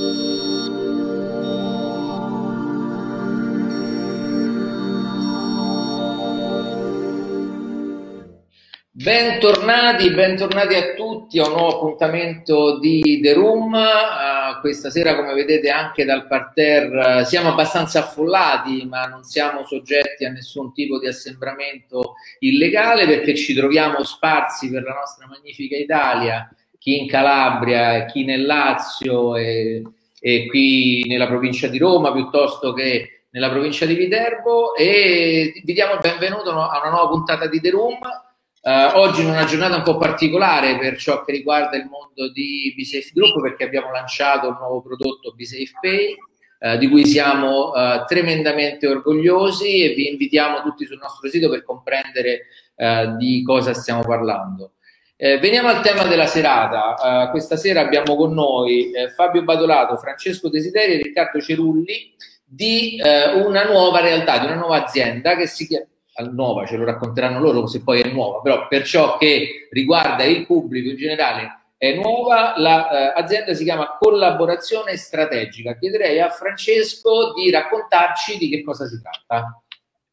Bentornati a tutti a un nuovo appuntamento di The Room. Questa sera, come vedete, anche dal parterre siamo abbastanza affollati, ma non siamo soggetti a nessun tipo di assembramento illegale, perché ci troviamo sparsi per la nostra magnifica Italia, chi in Calabria, chi nel Lazio e qui nella provincia di Roma, piuttosto che nella provincia di Viterbo, e vi diamo il benvenuto a una nuova puntata di The Room. Oggi in una giornata un po' particolare per ciò che riguarda il mondo di BeSafe Group, perché abbiamo lanciato il nuovo prodotto BeSafe Pay, di cui siamo tremendamente orgogliosi, e vi invitiamo tutti sul nostro sito per comprendere di cosa stiamo parlando. Veniamo al tema della serata. Questa sera abbiamo con noi Fabio Badolato, Francesco Desideri e Riccardo Cerulli di una nuova realtà, di una nuova azienda che si chiama nuova, ce lo racconteranno loro se poi è nuova, però per ciò che riguarda il pubblico in generale è nuova. L'azienda si chiama Collaborazione Strategica. Chiederei a Francesco di raccontarci di che cosa si tratta.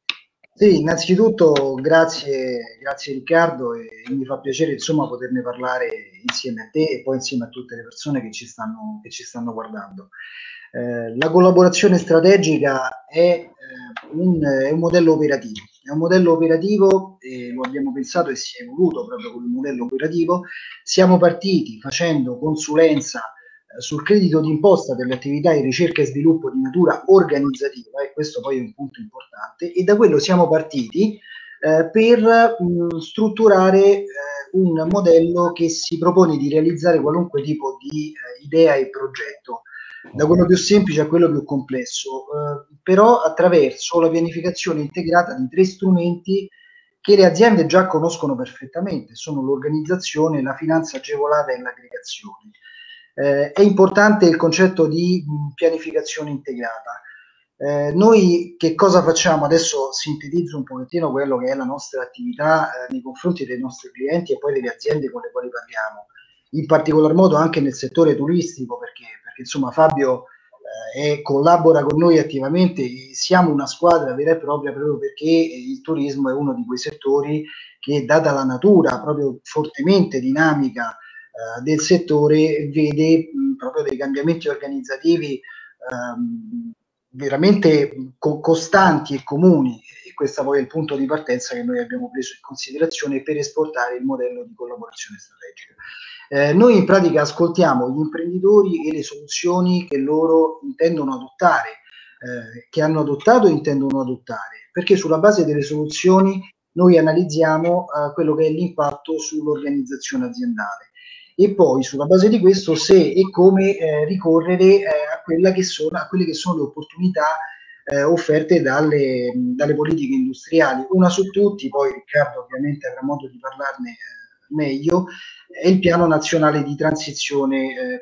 Sì, innanzitutto grazie Riccardo, e mi fa piacere insomma poterne parlare insieme a te e poi insieme a tutte le persone che ci stanno guardando. La collaborazione strategica è un modello operativo. È un modello operativo, lo abbiamo pensato e si è evoluto proprio come modello operativo. Siamo partiti facendo consulenza sul credito d'imposta per le attività di ricerca e sviluppo di natura organizzativa, e questo poi è un punto importante, e da quello siamo partiti per strutturare un modello che si propone di realizzare qualunque tipo di idea e progetto, da quello più semplice a quello più complesso, però attraverso la pianificazione integrata di 3 strumenti che le aziende già conoscono perfettamente: sono l'organizzazione, la finanza agevolata e l'aggregazione. È importante il concetto di pianificazione integrata. Noi che cosa facciamo? Adesso sintetizzo un pochettino quello che è la nostra attività nei confronti dei nostri clienti e poi delle aziende con le quali parliamo, in particolar modo anche nel settore turistico, perché insomma Fabio collabora con noi attivamente, e siamo una squadra vera e propria, proprio perché il turismo è uno di quei settori che, data la natura proprio fortemente dinamica del settore, vede proprio dei cambiamenti organizzativi veramente costanti e comuni, e questo poi è il punto di partenza che noi abbiamo preso in considerazione per esportare il modello di collaborazione strategica. Noi in pratica ascoltiamo gli imprenditori e le soluzioni che loro intendono adottare, che hanno adottato e intendono adottare, perché sulla base delle soluzioni noi analizziamo quello che è l'impatto sull'organizzazione aziendale, e poi sulla base di questo se e come ricorrere a quelle che sono le opportunità offerte dalle politiche industriali. Una su tutti, poi Riccardo ovviamente avrà modo di parlarne meglio, è il Piano Nazionale di Transizione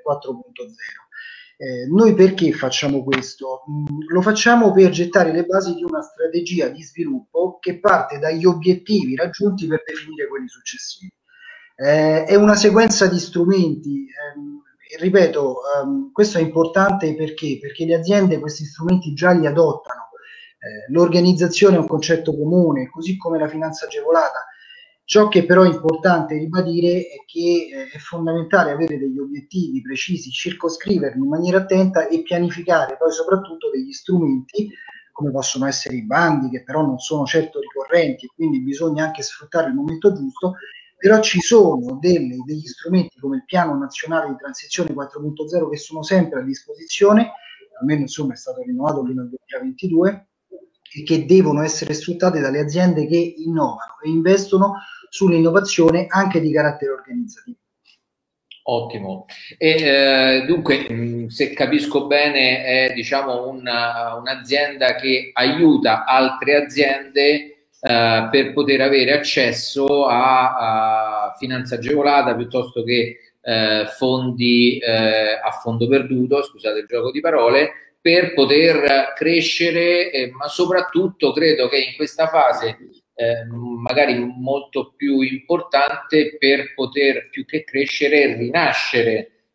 4.0. Noi perché facciamo questo? Lo facciamo per gettare le basi di una strategia di sviluppo che parte dagli obiettivi raggiunti per definire quelli successivi. È una sequenza di strumenti, ripeto, questo è importante perché le aziende questi strumenti già li adottano. L'organizzazione è un concetto comune, così come la finanza agevolata. Ciò che però è importante ribadire è che è fondamentale avere degli obiettivi precisi, circoscriverli in maniera attenta e pianificare poi soprattutto degli strumenti, come possono essere i bandi, che però non sono certo ricorrenti e quindi bisogna anche sfruttare il momento giusto. Però ci sono degli strumenti come il Piano Nazionale di Transizione 4.0 che sono sempre a disposizione, almeno insomma è stato rinnovato fino al 2022, e che devono essere sfruttate dalle aziende che innovano e investono sull'innovazione anche di carattere organizzativo. Ottimo. E dunque, se capisco bene, è diciamo un'azienda che aiuta altre aziende per poter avere accesso a finanza agevolata piuttosto che fondi a fondo perduto, scusate il gioco di parole, per poter crescere, ma soprattutto credo che in questa fase magari molto più importante, per poter più che crescere rinascere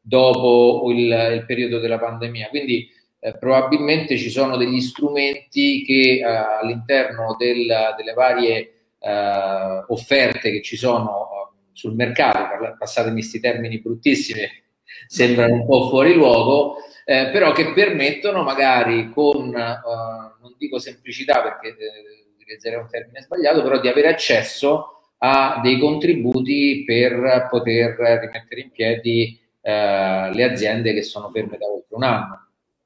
dopo il periodo della pandemia. Quindi probabilmente ci sono degli strumenti che all'interno delle varie offerte che ci sono sul mercato, passatemi questi termini bruttissimi, sembrano un po' fuori luogo, però che permettono magari con, non dico semplicità perché utilizzerei un termine sbagliato, però di avere accesso a dei contributi per poter rimettere in piedi le aziende che sono ferme da oltre un anno.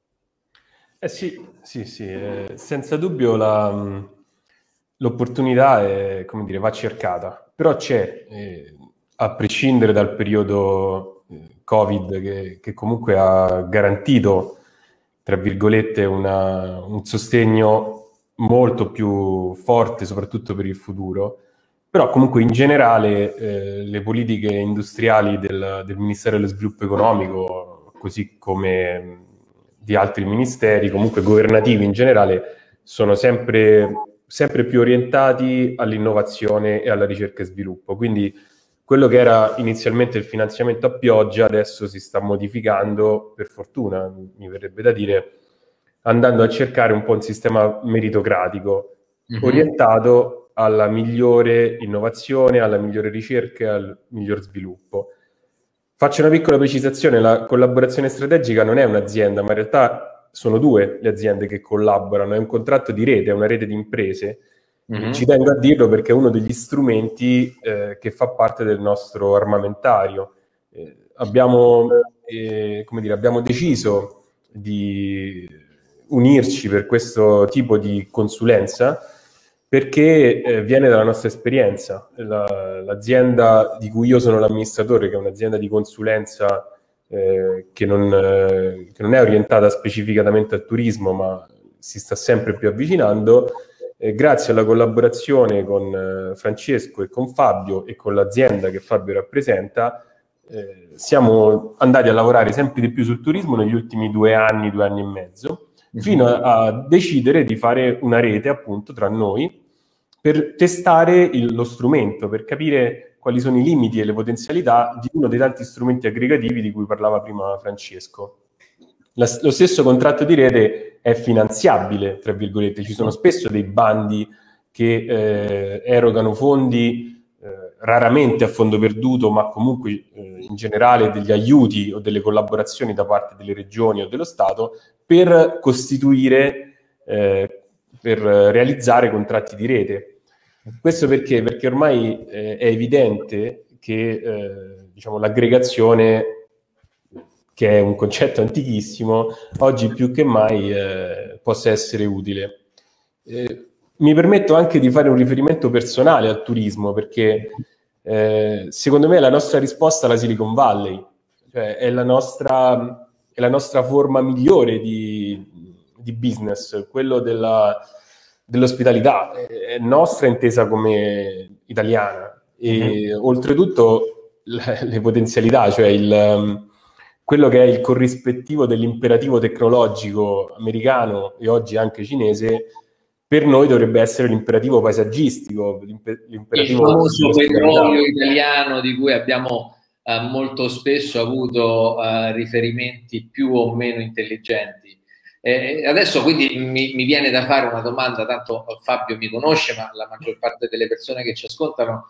Sì, senza dubbio l'opportunità è, come dire, va cercata, però c'è, a prescindere dal periodo Covid che comunque ha garantito, tra virgolette, un sostegno molto più forte, soprattutto per il futuro, però comunque in generale le politiche industriali del Ministero dello Sviluppo Economico, così come di altri ministeri, comunque governativi in generale, sono sempre più orientati all'innovazione e alla ricerca e sviluppo. Quindi quello che era inizialmente il finanziamento a pioggia adesso si sta modificando, per fortuna, mi verrebbe da dire, andando a cercare un po' un sistema meritocratico, orientato alla migliore innovazione, alla migliore ricerca e al miglior sviluppo. Faccio una piccola precisazione: la collaborazione strategica non è un'azienda, ma in realtà sono due le aziende che collaborano, è un contratto di rete, è una rete di imprese. Ci tengo a dirlo perché è uno degli strumenti che fa parte del nostro armamentario. Abbiamo deciso di unirci per questo tipo di consulenza perché viene dalla nostra esperienza. L'azienda di cui io sono l'amministratore, che è un'azienda di consulenza che non è orientata specificatamente al turismo, ma si sta sempre più avvicinando, grazie alla collaborazione con Francesco e con Fabio e con l'azienda che Fabio rappresenta, siamo andati a lavorare sempre di più sul turismo negli ultimi 2 anni e mezzo, fino a decidere di fare una rete appunto tra noi per testare lo strumento, per capire quali sono i limiti e le potenzialità di uno dei tanti strumenti aggregativi di cui parlava prima Francesco. Lo stesso contratto di rete è finanziabile, tra virgolette, ci sono spesso dei bandi che erogano fondi raramente a fondo perduto, ma comunque in generale degli aiuti o delle collaborazioni da parte delle regioni o dello Stato per costituire, per realizzare contratti di rete. Questo perché? Perché ormai è evidente che l'aggregazione, che è un concetto antichissimo, oggi più che mai possa essere utile. Mi permetto anche di fare un riferimento personale al turismo, perché secondo me la nostra risposta alla Silicon Valley, cioè è la nostra forma migliore di business, quello dell'ospitalità, è nostra intesa come italiana, e oltretutto le potenzialità, cioè quello che è il corrispettivo dell'imperativo tecnologico americano e oggi anche cinese, per noi dovrebbe essere l'imperativo paesaggistico, l'imperativo il famoso petrolio italiano di cui abbiamo molto spesso avuto riferimenti più o meno intelligenti. Adesso quindi mi viene da fare una domanda, tanto Fabio mi conosce, ma la maggior parte delle persone che ci ascoltano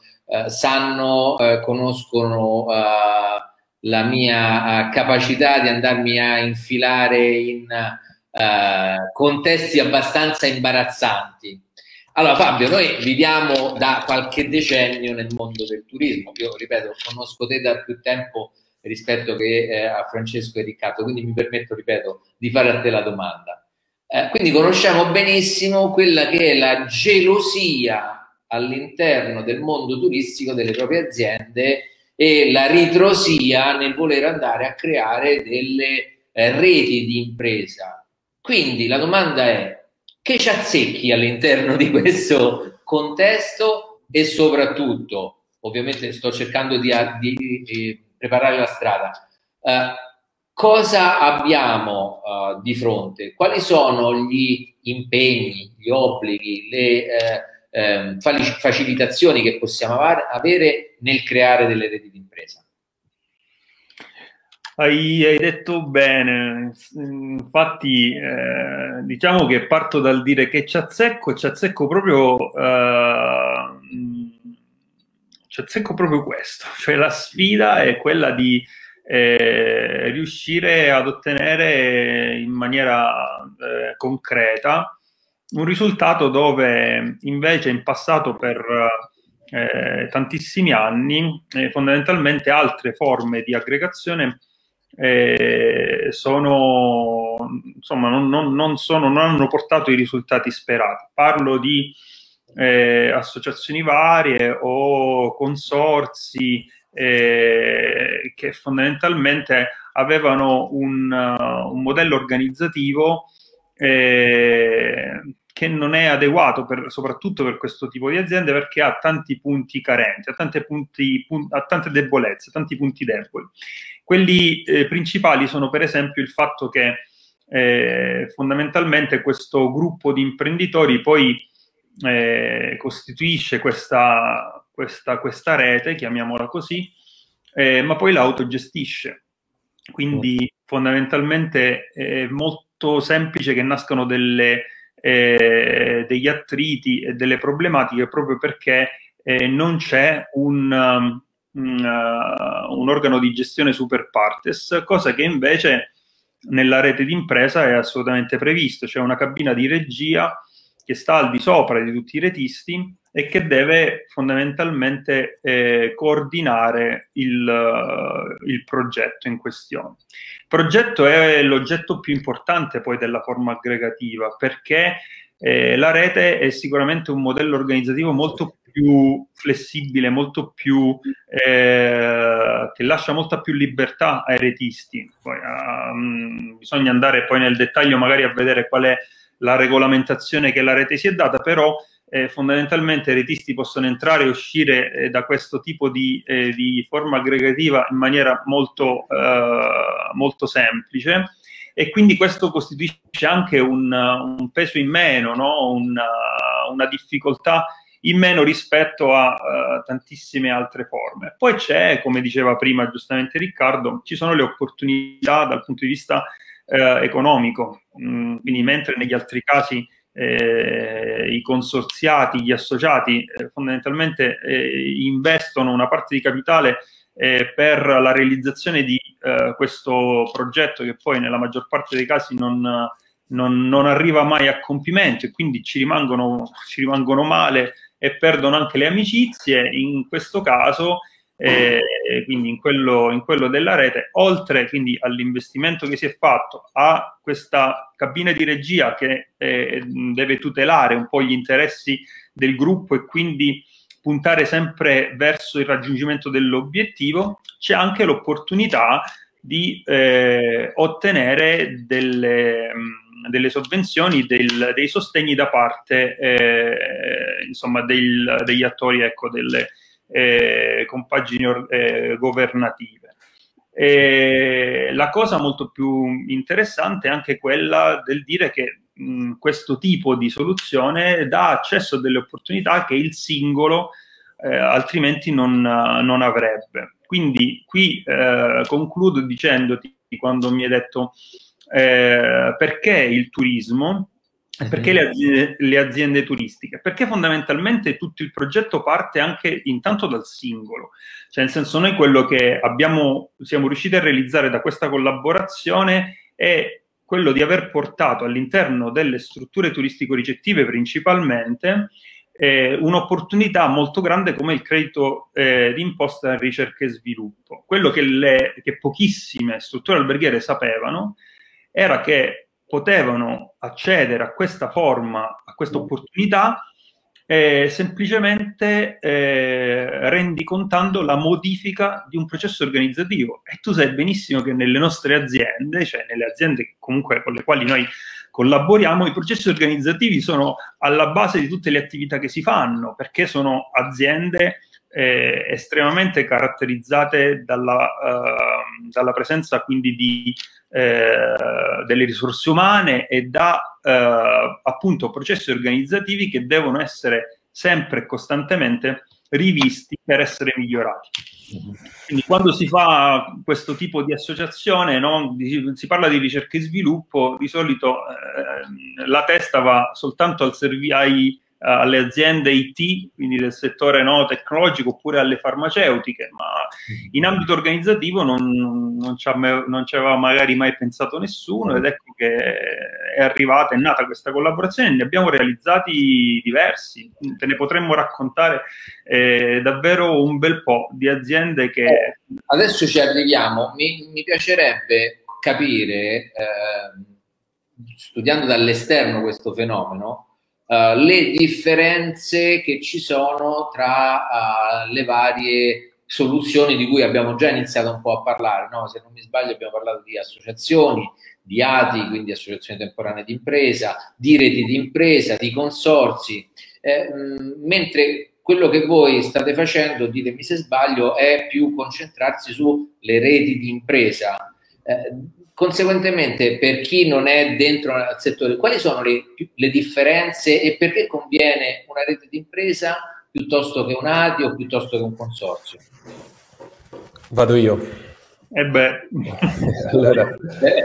conoscono la mia capacità di andarmi a infilare in contesti abbastanza imbarazzanti. Allora Fabio, noi viviamo da qualche decennio nel mondo del turismo, io ripeto, conosco te da più tempo rispetto che a Francesco e Riccardo, quindi mi permetto, ripeto, di fare a te la domanda. Quindi conosciamo benissimo quella che è la gelosia all'interno del mondo turistico delle proprie aziende e la ritrosia nel voler andare a creare delle reti di impresa. Quindi la domanda è: che ci azzecchi all'interno di questo contesto? E soprattutto, ovviamente sto cercando di preparare la strada, cosa abbiamo di fronte? Quali sono gli impegni, gli obblighi, le facilitazioni che possiamo avere nel creare delle reti di impresa? Hai detto bene, infatti diciamo che parto dal dire che ci azzecco proprio questo, cioè la sfida è quella di riuscire ad ottenere in maniera concreta un risultato dove invece in passato per tantissimi anni fondamentalmente altre forme di aggregazione non hanno portato i risultati sperati. Parlo di associazioni varie o consorzi che fondamentalmente avevano un modello organizzativo che non è adeguato soprattutto per questo tipo di aziende, perché ha tanti punti carenti, ha tante debolezze, tanti punti deboli. Quelli principali sono per esempio il fatto che fondamentalmente questo gruppo di imprenditori poi costituisce questa rete, chiamiamola così, ma poi la autogestisce. Quindi fondamentalmente è molto semplice che nascano degli attriti e delle problematiche proprio perché non c'è un organo di gestione super partes, cosa che invece nella rete d'impresa è assolutamente previsto. C'è una cabina di regia che sta al di sopra di tutti i retisti e che deve fondamentalmente coordinare il progetto in questione. Il progetto è l'oggetto più importante poi della forma aggregativa, perché la rete è sicuramente un modello organizzativo molto più flessibile, molto più che lascia molta più libertà ai retisti. Poi, bisogna andare poi nel dettaglio magari a vedere qual è la regolamentazione che la rete si è data, però fondamentalmente i retisti possono entrare e uscire da questo tipo di forma aggregativa in maniera molto semplice, e quindi questo costituisce anche un peso in meno, no? una difficoltà in meno rispetto a tantissime altre forme. Poi c'è, come diceva prima giustamente Riccardo, ci sono le opportunità dal punto di vista economico, quindi mentre negli altri casi i consorziati, gli associati fondamentalmente investono una parte di capitale per la realizzazione di questo progetto, che poi nella maggior parte dei casi non arriva mai a compimento, e quindi ci rimangono male e perdono anche le amicizie. In questo caso quindi in quello della rete, oltre quindi all'investimento che si è fatto, a questa cabina di regia che deve tutelare un po' gli interessi del gruppo e quindi puntare sempre verso il raggiungimento dell'obiettivo, c'è anche l'opportunità di ottenere delle sovvenzioni, dei sostegni da parte insomma degli attori, ecco, delle compagini governative. La cosa molto più interessante è anche quella del dire che questo tipo di soluzione dà accesso a delle opportunità che il singolo altrimenti non avrebbe. Quindi qui concludo dicendoti, quando mi hai detto perché il turismo, perché le aziende turistiche? Perché fondamentalmente tutto il progetto parte anche intanto dal singolo, cioè nel senso, noi quello che siamo riusciti a realizzare da questa collaborazione è quello di aver portato all'interno delle strutture turistico-ricettive principalmente un'opportunità molto grande come il credito d'imposta in ricerca e sviluppo. Quello che pochissime strutture alberghiere sapevano era che potevano accedere a questa forma, a questa opportunità, semplicemente rendicontando la modifica di un processo organizzativo. E tu sai benissimo che nelle nostre aziende, cioè nelle aziende comunque con le quali noi collaboriamo, i processi organizzativi sono alla base di tutte le attività che si fanno, perché sono aziende estremamente caratterizzate dalla presenza quindi delle risorse umane e da appunto processi organizzativi che devono essere sempre e costantemente rivisti per essere migliorati. Quindi quando si fa questo tipo di associazione, no, si parla di ricerca e sviluppo, di solito la testa va soltanto alle aziende IT, quindi del settore, no, tecnologico, oppure alle farmaceutiche, ma in ambito organizzativo non ci aveva magari mai pensato nessuno, ed ecco che è nata questa collaborazione. Ne abbiamo realizzati diversi, te ne potremmo raccontare davvero un bel po' di aziende che... Adesso ci arriviamo. Mi piacerebbe capire, studiando dall'esterno questo fenomeno, le differenze che ci sono tra le varie soluzioni di cui abbiamo già iniziato un po' a parlare, no? Se non mi sbaglio abbiamo parlato di associazioni, di ATI, quindi associazioni temporanee di impresa, di reti di impresa, di consorzi, mentre quello che voi state facendo, ditemi se sbaglio, è più concentrarsi sulle reti di impresa. Conseguentemente, per chi non è dentro al settore, quali sono le differenze e perché conviene una rete di impresa piuttosto che un ATI o piuttosto che un consorzio? Vado io. Allora,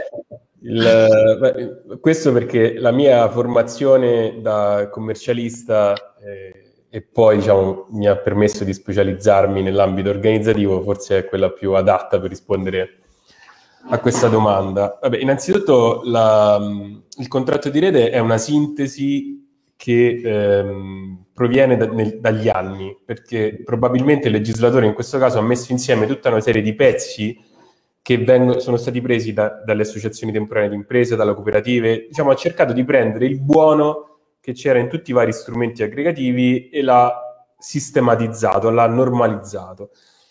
questo perché la mia formazione da commercialista e poi, diciamo, mi ha permesso di specializzarmi nell'ambito organizzativo, forse è quella più adatta per rispondere a questa domanda. Vabbè, innanzitutto il contratto di rete è una sintesi che proviene dagli anni, perché probabilmente il legislatore in questo caso ha messo insieme tutta una serie di pezzi che sono stati presi dalle associazioni temporanee di impresa, dalle cooperative. Diciamo, ha cercato di prendere il buono che c'era in tutti i vari strumenti aggregativi e l'ha sistematizzato, l'ha normalizzato.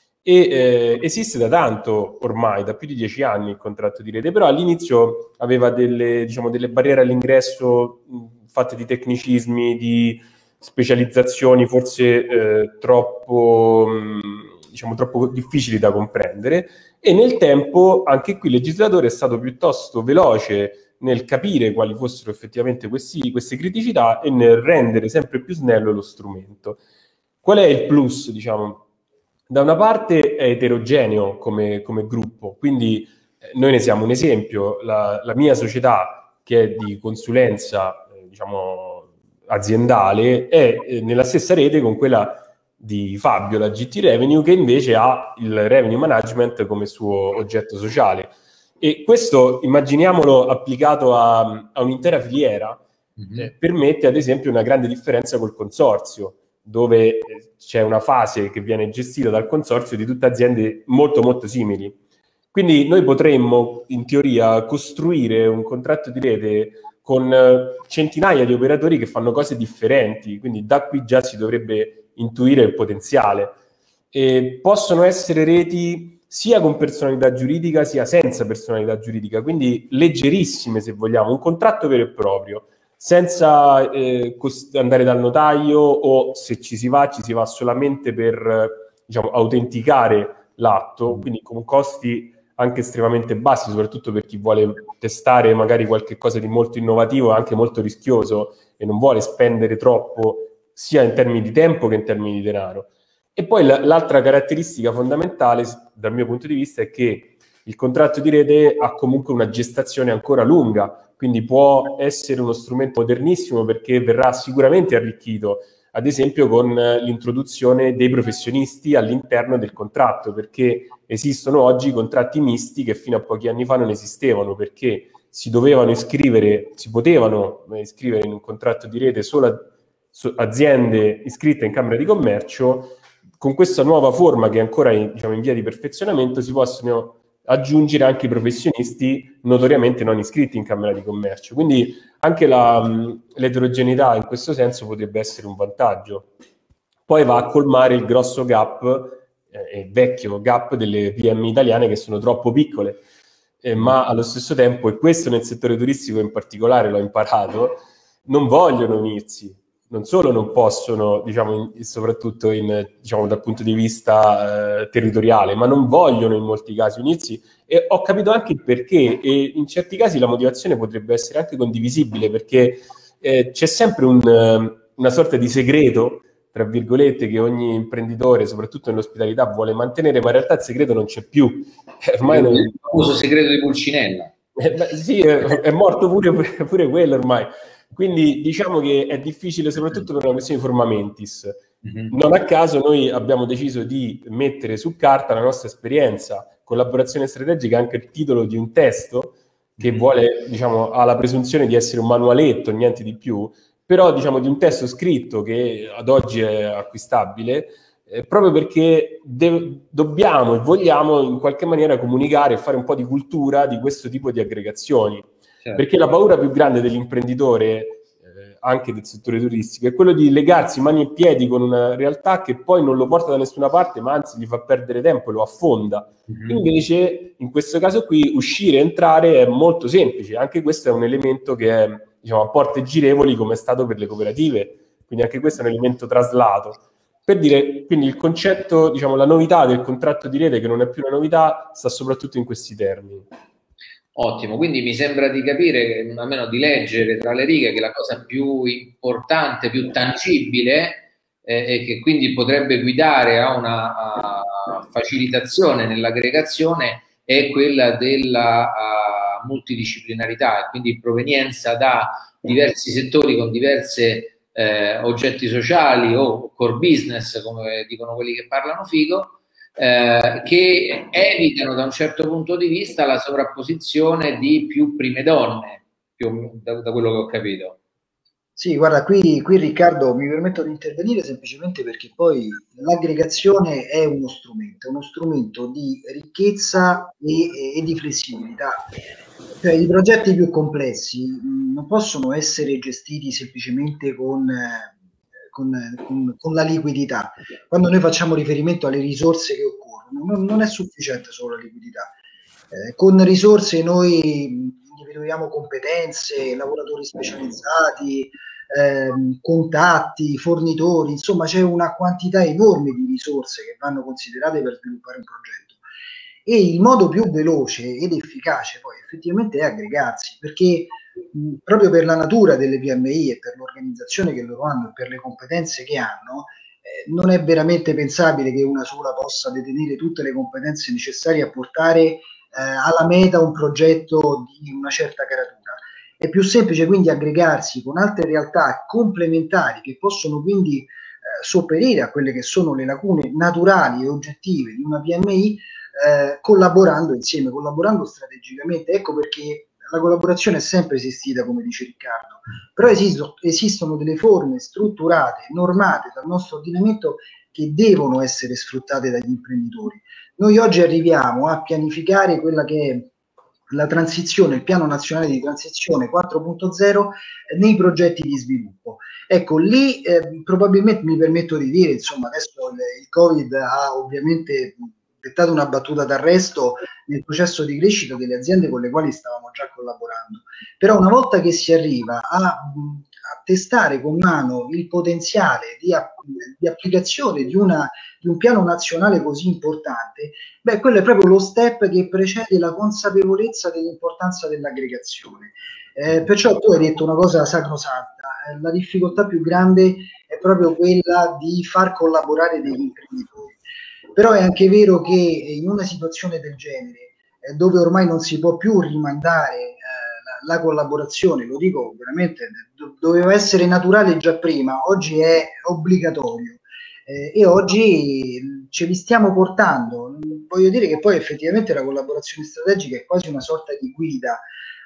E esiste da tanto, ormai da più di 10 anni, il contratto di rete, però all'inizio aveva delle barriere all'ingresso fatte di tecnicismi, di specializzazioni forse troppo difficili da comprendere, e nel tempo anche qui il legislatore è stato piuttosto veloce nel capire quali fossero effettivamente queste criticità e nel rendere sempre più snello lo strumento. Qual è il plus, diciamo? Da una parte è eterogeneo come gruppo, quindi noi ne siamo un esempio. La mia società, che è di consulenza aziendale, è nella stessa rete con quella di Fabio, la GT Revenue, che invece ha il revenue management come suo oggetto sociale. E questo, immaginiamolo applicato a un'intera filiera, permette ad esempio una grande differenza col consorzio, dove c'è una fase che viene gestita dal consorzio di tutte aziende molto molto simili. Quindi noi potremmo in teoria costruire un contratto di rete con centinaia di operatori che fanno cose differenti, quindi da qui già si dovrebbe intuire il potenziale. E possono essere reti sia con personalità giuridica sia senza personalità giuridica, quindi leggerissime se vogliamo, un contratto vero e proprio, senza andare dal notaio, o se ci si va solamente per autenticare l'atto, quindi con costi anche estremamente bassi, soprattutto per chi vuole testare magari qualche cosa di molto innovativo e anche molto rischioso e non vuole spendere troppo sia in termini di tempo che in termini di denaro. E poi l'altra caratteristica fondamentale dal mio punto di vista è che il contratto di rete ha comunque una gestazione ancora lunga, quindi può essere uno strumento modernissimo perché verrà sicuramente arricchito, ad esempio con l'introduzione dei professionisti all'interno del contratto, perché esistono oggi contratti misti che fino a pochi anni fa non esistevano, perché si potevano iscrivere in un contratto di rete solo aziende iscritte in Camera di Commercio. Con questa nuova forma, che è ancora in via di perfezionamento, si possono aggiungere anche i professionisti notoriamente non iscritti in Camera di Commercio. Quindi anche l'eterogeneità in questo senso potrebbe essere un vantaggio. Poi va a colmare il grosso gap, il vecchio gap delle PMI italiane che sono troppo piccole, ma allo stesso tempo, e questo nel settore turistico in particolare l'ho imparato, non vogliono unirsi. Non solo non possono, soprattutto dal punto di vista territoriale, ma non vogliono in molti casi unirsi, e ho capito anche il perché, e in certi casi la motivazione potrebbe essere anche condivisibile, perché c'è sempre una sorta di segreto tra virgolette, che ogni imprenditore, soprattutto nell'ospitalità, vuole mantenere, ma in realtà il segreto non c'è più. Ormai non... Il famoso segreto di Pulcinella. Sì, è morto pure quello ormai. Quindi diciamo che è difficile soprattutto per una questione di forma mentis. Non a caso noi abbiamo deciso di mettere su carta la nostra esperienza, collaborazione strategica, anche il titolo di un testo che vuole, diciamo, ha la presunzione di essere un manualetto, niente di più, però diciamo di un testo scritto che ad oggi è acquistabile, proprio perché dobbiamo e vogliamo in qualche maniera comunicare e fare un po' di cultura di questo tipo di aggregazioni. Certo. Perché la paura più grande dell'imprenditore, anche del settore turistico, è quello di legarsi mani e piedi con una realtà che poi non lo porta da nessuna parte, ma anzi gli fa perdere tempo e lo affonda. Invece, in questo caso qui, uscire e entrare è molto semplice. Anche questo è un elemento che è, diciamo, a porte girevoli, come è stato per le cooperative. Quindi anche questo è un elemento traslato. Per dire, quindi il concetto, diciamo, la novità del contratto di rete, che non è più una novità, sta soprattutto in questi termini. Ottimo, quindi mi sembra di capire, almeno di leggere tra le righe, che la cosa più importante, più tangibile, e che quindi potrebbe guidare a una facilitazione nell'aggregazione, è quella della multidisciplinarità, e quindi provenienza da diversi settori con diverse oggetti sociali o core business, come dicono quelli che parlano figo, che evitano da un certo punto di vista la sovrapposizione di più prime donne, da quello che ho capito. Sì, guarda, qui Riccardo mi permetto di intervenire semplicemente perché poi l'aggregazione è uno strumento di ricchezza e di flessibilità. Cioè, i progetti più complessi non possono essere gestiti semplicemente con la liquidità. Quando noi facciamo riferimento alle risorse che occorrono, non è sufficiente solo la liquidità. Con risorse noi individuiamo competenze, lavoratori specializzati, contatti, fornitori, insomma c'è una quantità enorme di risorse che vanno considerate per sviluppare un progetto. E il modo più veloce ed efficace poi effettivamente è aggregarsi, perché proprio per la natura delle PMI e per l'organizzazione che loro hanno e per le competenze che hanno, non è veramente pensabile che una sola possa detenere tutte le competenze necessarie a portare alla meta un progetto di una certa caratura. È più semplice quindi aggregarsi con altre realtà complementari che possono quindi sopperire a quelle che sono le lacune naturali e oggettive di una PMI, collaborando insieme, collaborando strategicamente. Ecco perché la collaborazione è sempre esistita, come dice Riccardo, però esistono delle forme strutturate, normate dal nostro ordinamento che devono essere sfruttate dagli imprenditori. Noi oggi arriviamo a pianificare quella che è la transizione, il piano nazionale di transizione 4.0 nei progetti di sviluppo. Ecco, lì probabilmente mi permetto di dire, insomma, adesso il Covid ha ovviamente dettato una battuta d'arresto nel processo di crescita delle aziende con le quali stavamo già collaborando. Però una volta che si arriva a testare con mano il potenziale di applicazione di un piano nazionale così importante, beh, quello è proprio lo step che precede la consapevolezza dell'importanza dell'aggregazione. Perciò tu hai detto una cosa sacrosanta, la difficoltà più grande è proprio quella di far collaborare degli imprenditori. Però è anche vero che in una situazione del genere, dove ormai non si può più rimandare la collaborazione, lo dico veramente, doveva essere naturale già prima, oggi è obbligatorio e oggi ce li stiamo portando. Voglio dire che poi effettivamente la collaborazione strategica è quasi una sorta di guida,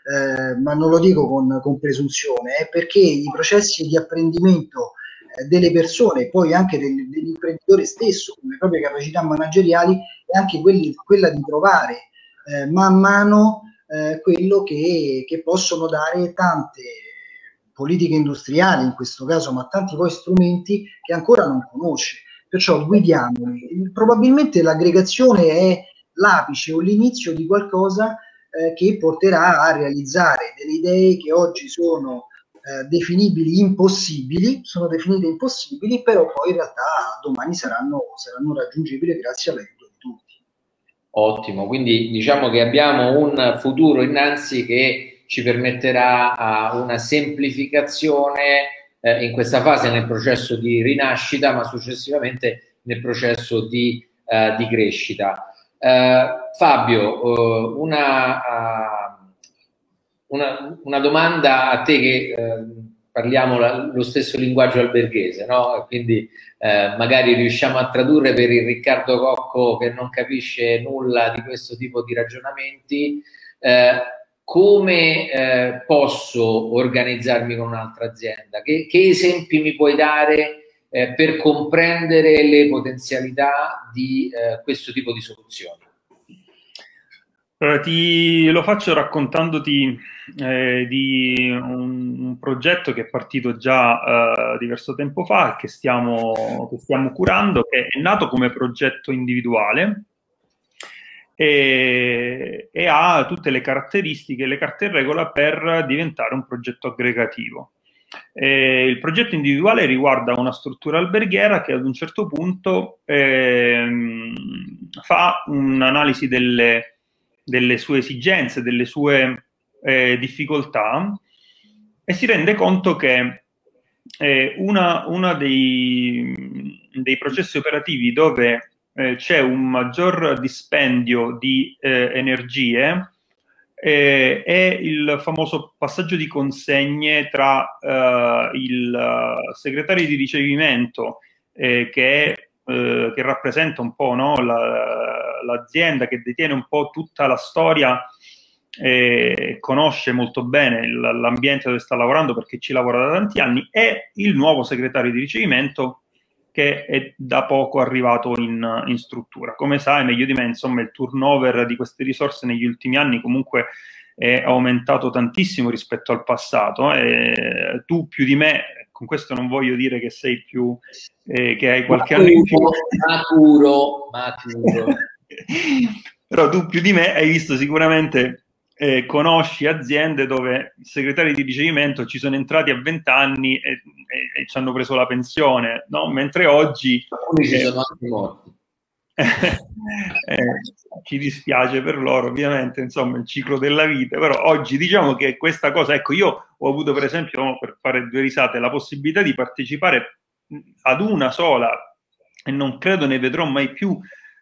ma non lo dico con presunzione, perché i processi di apprendimento delle persone, poi anche dell'imprenditore stesso, con le proprie capacità manageriali, è anche quella di trovare man mano quello che possono dare tante politiche industriali in questo caso, ma tanti poi strumenti che ancora non conosce. Perciò guidiamoli. Probabilmente l'aggregazione è l'apice o l'inizio di qualcosa che porterà a realizzare delle idee che oggi sono definibili impossibili, sono definite impossibili, però poi in realtà domani saranno raggiungibili grazie all'aiuto di tutti. Ottimo, quindi diciamo che abbiamo un futuro innanzi che ci permetterà una semplificazione in questa fase nel processo di rinascita, ma successivamente nel processo di crescita. Fabio, una domanda a te che parliamo lo stesso linguaggio alberghese, no? Quindi magari riusciamo a tradurre per il Riccardo Cocco che non capisce nulla di questo tipo di ragionamenti. Come posso organizzarmi con un'altra azienda? Che esempi mi puoi dare per comprendere le potenzialità di questo tipo di soluzioni? Allora, lo faccio raccontandoti di un progetto che è partito già diverso tempo fa, che stiamo curando, che è nato come progetto individuale e ha tutte le caratteristiche, le carte in regola per diventare un progetto aggregativo. Il progetto individuale riguarda una struttura alberghiera che ad un certo punto fa un'analisi delle sue esigenze, delle sue difficoltà e si rende conto che uno dei processi operativi dove c'è un maggior dispendio di energie è il famoso passaggio di consegne tra il segretario di ricevimento che rappresenta un po', no, l'azienda che detiene un po' tutta la storia, conosce molto bene l'ambiente dove sta lavorando perché ci lavora da tanti anni, e il nuovo segretario di ricevimento che è da poco arrivato in struttura. Come sai meglio di me, insomma, il turnover di queste risorse negli ultimi anni comunque è aumentato tantissimo rispetto al passato. Tu più di me, con questo non voglio dire che sei più, che hai qualche anno in più. Maturo. Però tu più di me hai visto sicuramente, conosci aziende dove i segretari di ricevimento ci sono entrati a 20 anni e ci hanno preso la pensione, no? Mentre oggi alcuni ci sono anche morti. Ci dispiace per loro, ovviamente, insomma, il ciclo della vita, però oggi diciamo che questa cosa, ecco, io ho avuto per esempio, per fare due risate, la possibilità di partecipare ad una sola, e non credo ne vedrò mai più,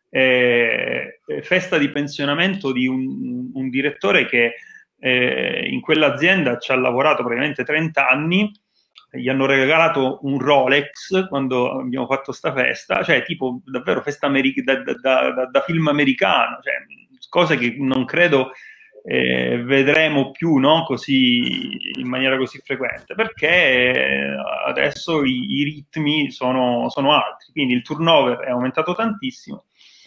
festa di pensionamento di un direttore che in quell'azienda ci ha lavorato praticamente 30 anni. Gli hanno regalato un Rolex quando abbiamo fatto sta festa, cioè tipo davvero festa da film americano, cioè cose che non credo vedremo più, no? Così, in maniera così frequente, perché adesso i ritmi sono altri, quindi il turnover è aumentato tantissimo.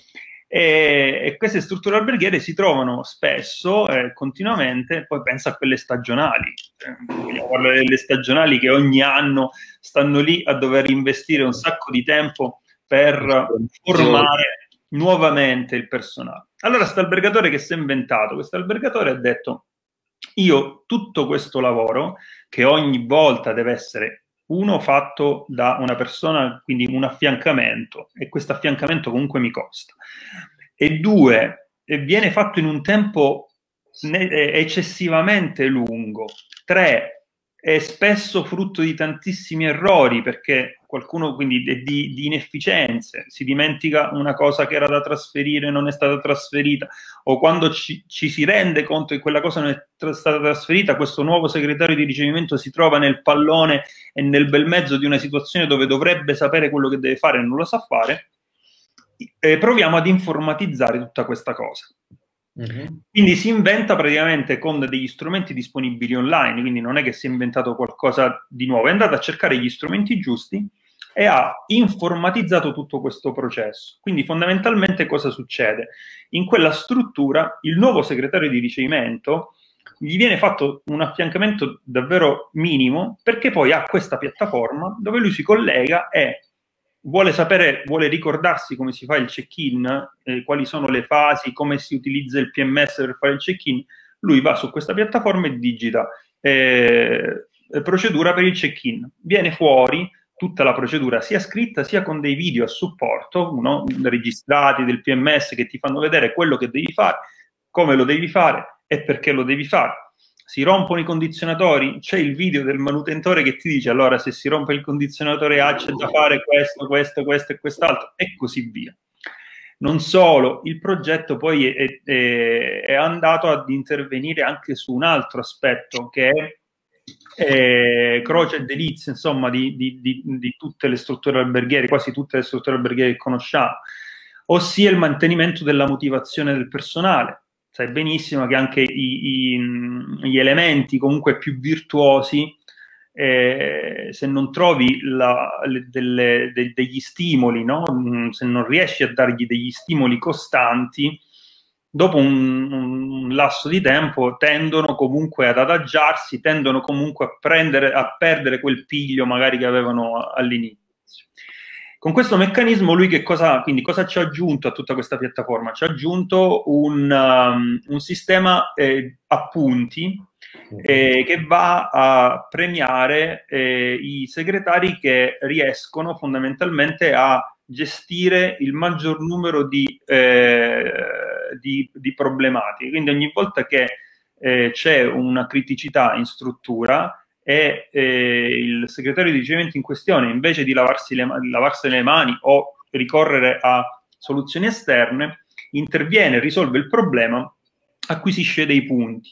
E queste strutture alberghiere si trovano spesso, continuamente, poi pensa a quelle stagionali, vogliamo parlare delle stagionali che ogni anno stanno lì a dover investire un sacco di tempo per formare nuovamente il personale. Allora questo albergatore che si è inventato, questo albergatore ha detto: io tutto questo lavoro che ogni volta deve essere fatto da una persona, quindi un affiancamento, e questo affiancamento comunque mi costa, e due, viene fatto in un tempo eccessivamente lungo, tre, è spesso frutto di tantissimi errori, perché qualcuno, quindi di inefficienze, si dimentica una cosa che era da trasferire, non è stata trasferita, o quando ci si rende conto che quella cosa non è stata trasferita, questo nuovo segretario di ricevimento si trova nel pallone e nel bel mezzo di una situazione dove dovrebbe sapere quello che deve fare e non lo sa fare. Proviamo ad informatizzare tutta questa cosa. Quindi si inventa praticamente con degli strumenti disponibili online, quindi non è che si è inventato qualcosa di nuovo, è andato a cercare gli strumenti giusti e ha informatizzato tutto questo processo. Quindi fondamentalmente cosa succede? In quella struttura il nuovo segretario di ricevimento gli viene fatto un affiancamento davvero minimo, perché poi ha questa piattaforma dove lui si collega e vuole ricordarsi come si fa il check-in, quali sono le fasi, come si utilizza il PMS per fare il check-in. Lui va su questa piattaforma e digita procedura per il check-in. Viene fuori tutta la procedura, sia scritta sia con dei video a supporto, registrati del PMS, che ti fanno vedere quello che devi fare, come lo devi fare e perché lo devi fare. si rompono i condizionatori, c'è il video del manutentore che ti dice allora se si rompe il condizionatore A c'è da fare questo, questo, questo e quest'altro e così via. Non solo, il progetto poi è andato ad intervenire anche su un altro aspetto che è croce e delizia, insomma, di tutte le strutture alberghiere, quasi tutte le strutture alberghiere che conosciamo, ossia il mantenimento della motivazione del personale. Sai benissimo che anche gli elementi comunque più virtuosi, se non trovi degli stimoli, no? Se non riesci a dargli degli stimoli costanti, dopo un lasso di tempo tendono comunque ad adagiarsi, tendono comunque a perdere quel piglio magari che avevano all'inizio. Con questo meccanismo lui quindi cosa ci ha aggiunto a tutta questa piattaforma? Ci ha aggiunto un sistema a punti che va a premiare i segretari che riescono fondamentalmente a gestire il maggior numero di problematiche. Quindi ogni volta che c'è una criticità in struttura e il segretario di ricevimento in questione, invece di lavarsi le mani o ricorrere a soluzioni esterne, interviene, risolve il problema, acquisisce dei punti.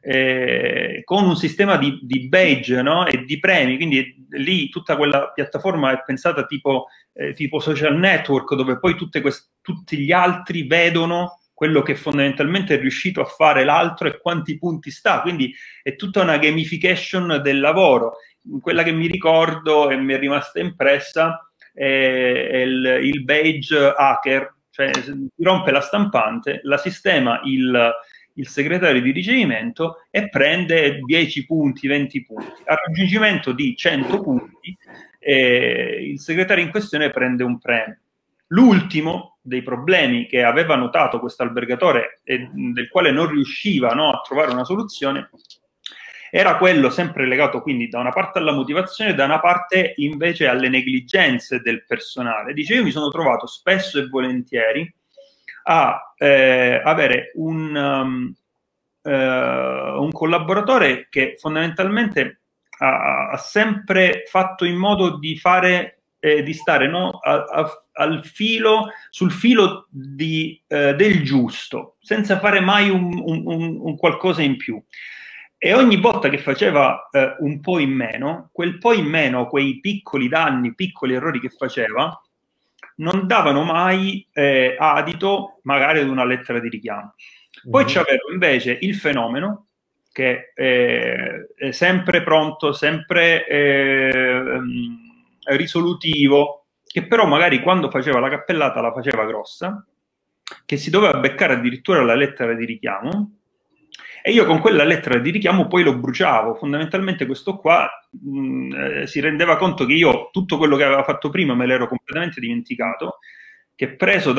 Con un sistema di badge, no? E di premi, quindi lì tutta quella piattaforma è pensata tipo social network, dove poi tutti gli altri vedono quello che fondamentalmente è riuscito a fare l'altro e quanti punti sta, quindi è tutta una gamification del lavoro. Quella che mi ricordo e mi è rimasta impressa è il badge hacker, cioè si rompe la stampante, la sistema il segretario di ricevimento e prende 10 punti, 20 punti. Al raggiungimento di 100 punti il segretario in questione prende un premio. L'ultimo dei problemi che aveva notato questo albergatore e del quale non riusciva, no, a trovare una soluzione era quello sempre legato quindi da una parte alla motivazione e da una parte invece alle negligenze del personale. Dice, io mi sono trovato spesso e volentieri a avere un collaboratore che fondamentalmente ha sempre fatto in modo di fare di stare, no, sul filo del giusto, senza fare mai un qualcosa in più. E ogni volta che faceva un po' in meno, quel po' in meno, quei piccoli danni, piccoli errori che faceva, non davano mai adito magari ad una lettera di richiamo. Poi c'avevo invece il fenomeno che è sempre pronto, sempre risolutivo, che però magari quando faceva la cappellata la faceva grossa, che si doveva beccare addirittura la lettera di richiamo, e io con quella lettera di richiamo poi lo bruciavo. Fondamentalmente questo qua si rendeva conto che io tutto quello che aveva fatto prima me l'ero completamente dimenticato, che preso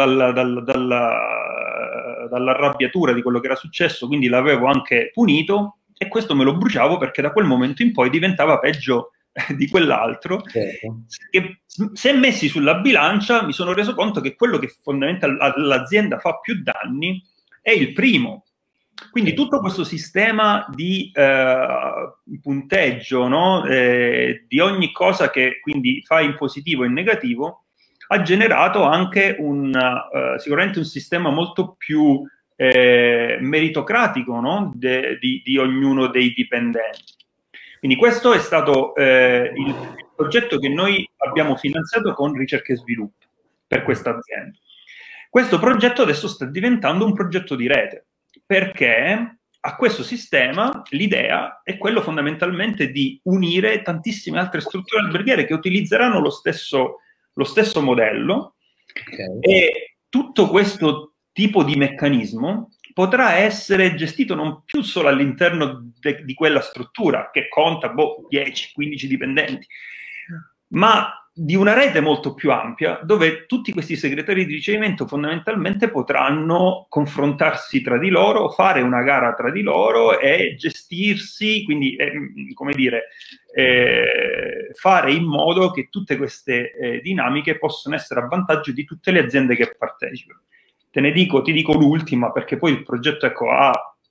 dall'arrabbiatura di quello che era successo, quindi l'avevo anche punito, e questo me lo bruciavo perché da quel momento in poi diventava peggio di quell'altro. Certo. Che, se messi sulla bilancia, mi sono reso conto che quello che fondamentalmente all'azienda fa più danni è il primo. Quindi tutto questo sistema di punteggio, no? Di ogni cosa che quindi fa in positivo e in negativo, ha generato anche sicuramente un sistema molto più meritocratico, no? di ognuno dei dipendenti. Quindi questo è stato il progetto che noi abbiamo finanziato con ricerca e sviluppo per questa azienda. Questo progetto adesso sta diventando un progetto di rete, perché a questo sistema l'idea è quello fondamentalmente di unire tantissime altre strutture alberghiere che utilizzeranno lo stesso modello, e tutto questo tipo di meccanismo potrà essere gestito non più solo all'interno di quella struttura che conta 10-15 dipendenti, ma di una rete molto più ampia, dove tutti questi segretari di ricevimento fondamentalmente potranno confrontarsi tra di loro, fare una gara tra di loro e gestirsi, quindi come dire, fare in modo che tutte queste dinamiche possano essere a vantaggio di tutte le aziende che partecipano. Ti dico l'ultima, perché poi il progetto, ecco, ha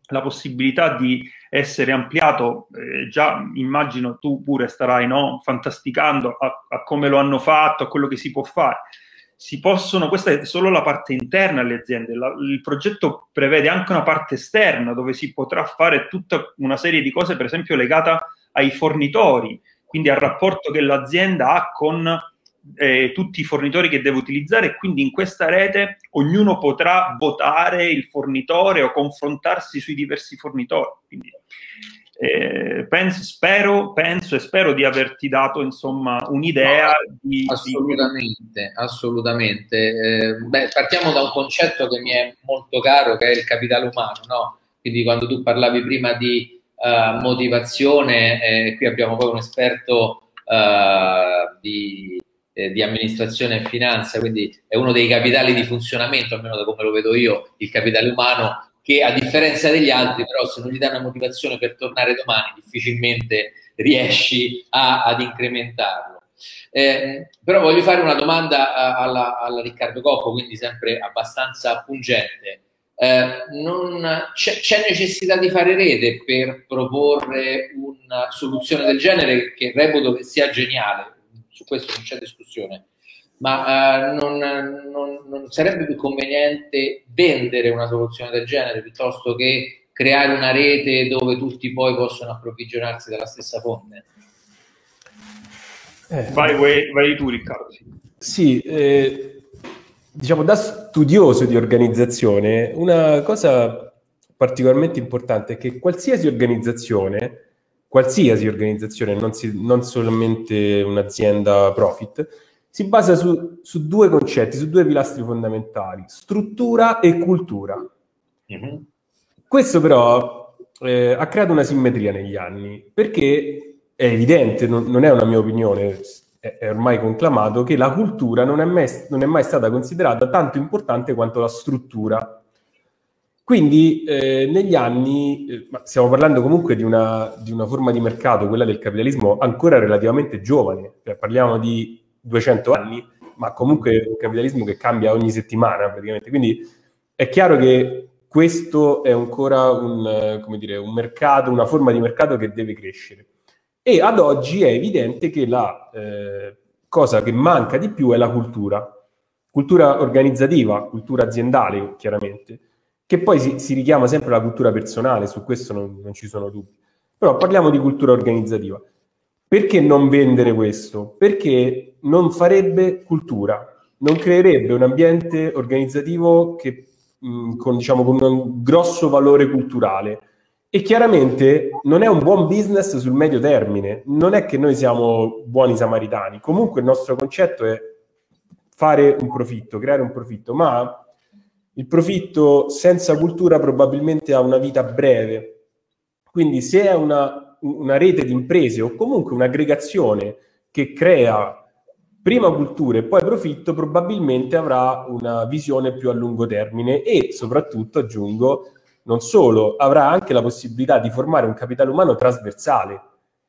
la possibilità di essere ampliato, già immagino tu pure starai, no, fantasticando a come lo hanno fatto, a quello che si può fare. Questa è solo la parte interna alle aziende, il progetto prevede anche una parte esterna dove si potrà fare tutta una serie di cose, per esempio legata ai fornitori, quindi al rapporto che l'azienda ha con tutti i fornitori che deve utilizzare, e quindi in questa rete ognuno potrà votare il fornitore o confrontarsi sui diversi fornitori. Quindi, spero di averti dato, insomma, un'idea assolutamente. Partiamo da un concetto che mi è molto caro, che è il capitale umano, no? Quindi quando tu parlavi prima di motivazione, qui abbiamo poi un esperto di amministrazione e finanza, quindi è uno dei capitali di funzionamento, almeno da come lo vedo io, il capitale umano, che a differenza degli altri, però, se non gli dai una motivazione per tornare domani, difficilmente riesci ad incrementarlo. Però voglio fare una domanda alla Riccardo Cocco, quindi sempre abbastanza pungente. C'è necessità di fare rete per proporre una soluzione del genere, che reputo che sia geniale, su questo non c'è discussione, ma non sarebbe più conveniente vendere una soluzione del genere piuttosto che creare una rete dove tutti poi possono approvvigionarsi dalla stessa fonte? Vai tu, Riccardo. Sì, diciamo, da studioso di organizzazione, una cosa particolarmente importante è che qualsiasi organizzazione, non solamente un'azienda profit, si basa su due concetti, su due pilastri fondamentali: struttura e cultura. Questo però ha creato una simmetria negli anni, perché è evidente, non è una mia opinione, è ormai conclamato, che la cultura non è mai stata considerata tanto importante quanto la struttura. Quindi negli anni, stiamo parlando comunque di una forma di mercato, quella del capitalismo, ancora relativamente giovane, cioè parliamo di 200 anni, ma comunque un capitalismo che cambia ogni settimana praticamente. Quindi è chiaro che questo è ancora un mercato, una forma di mercato che deve crescere. E ad oggi è evidente che la cosa che manca di più è la cultura organizzativa, cultura aziendale, chiaramente, che poi si richiama sempre alla cultura personale, su questo non ci sono dubbi. Però parliamo di cultura organizzativa. Perché non vendere questo? Perché non farebbe cultura, non creerebbe un ambiente organizzativo con un grosso valore culturale. E chiaramente non è un buon business sul medio termine. Non è che noi siamo buoni samaritani. Comunque il nostro concetto è fare un profitto, creare un profitto, ma il profitto senza cultura probabilmente ha una vita breve. Quindi se è una rete di imprese o comunque un'aggregazione che crea prima cultura e poi profitto, probabilmente avrà una visione più a lungo termine e soprattutto, aggiungo, non solo, avrà anche la possibilità di formare un capitale umano trasversale.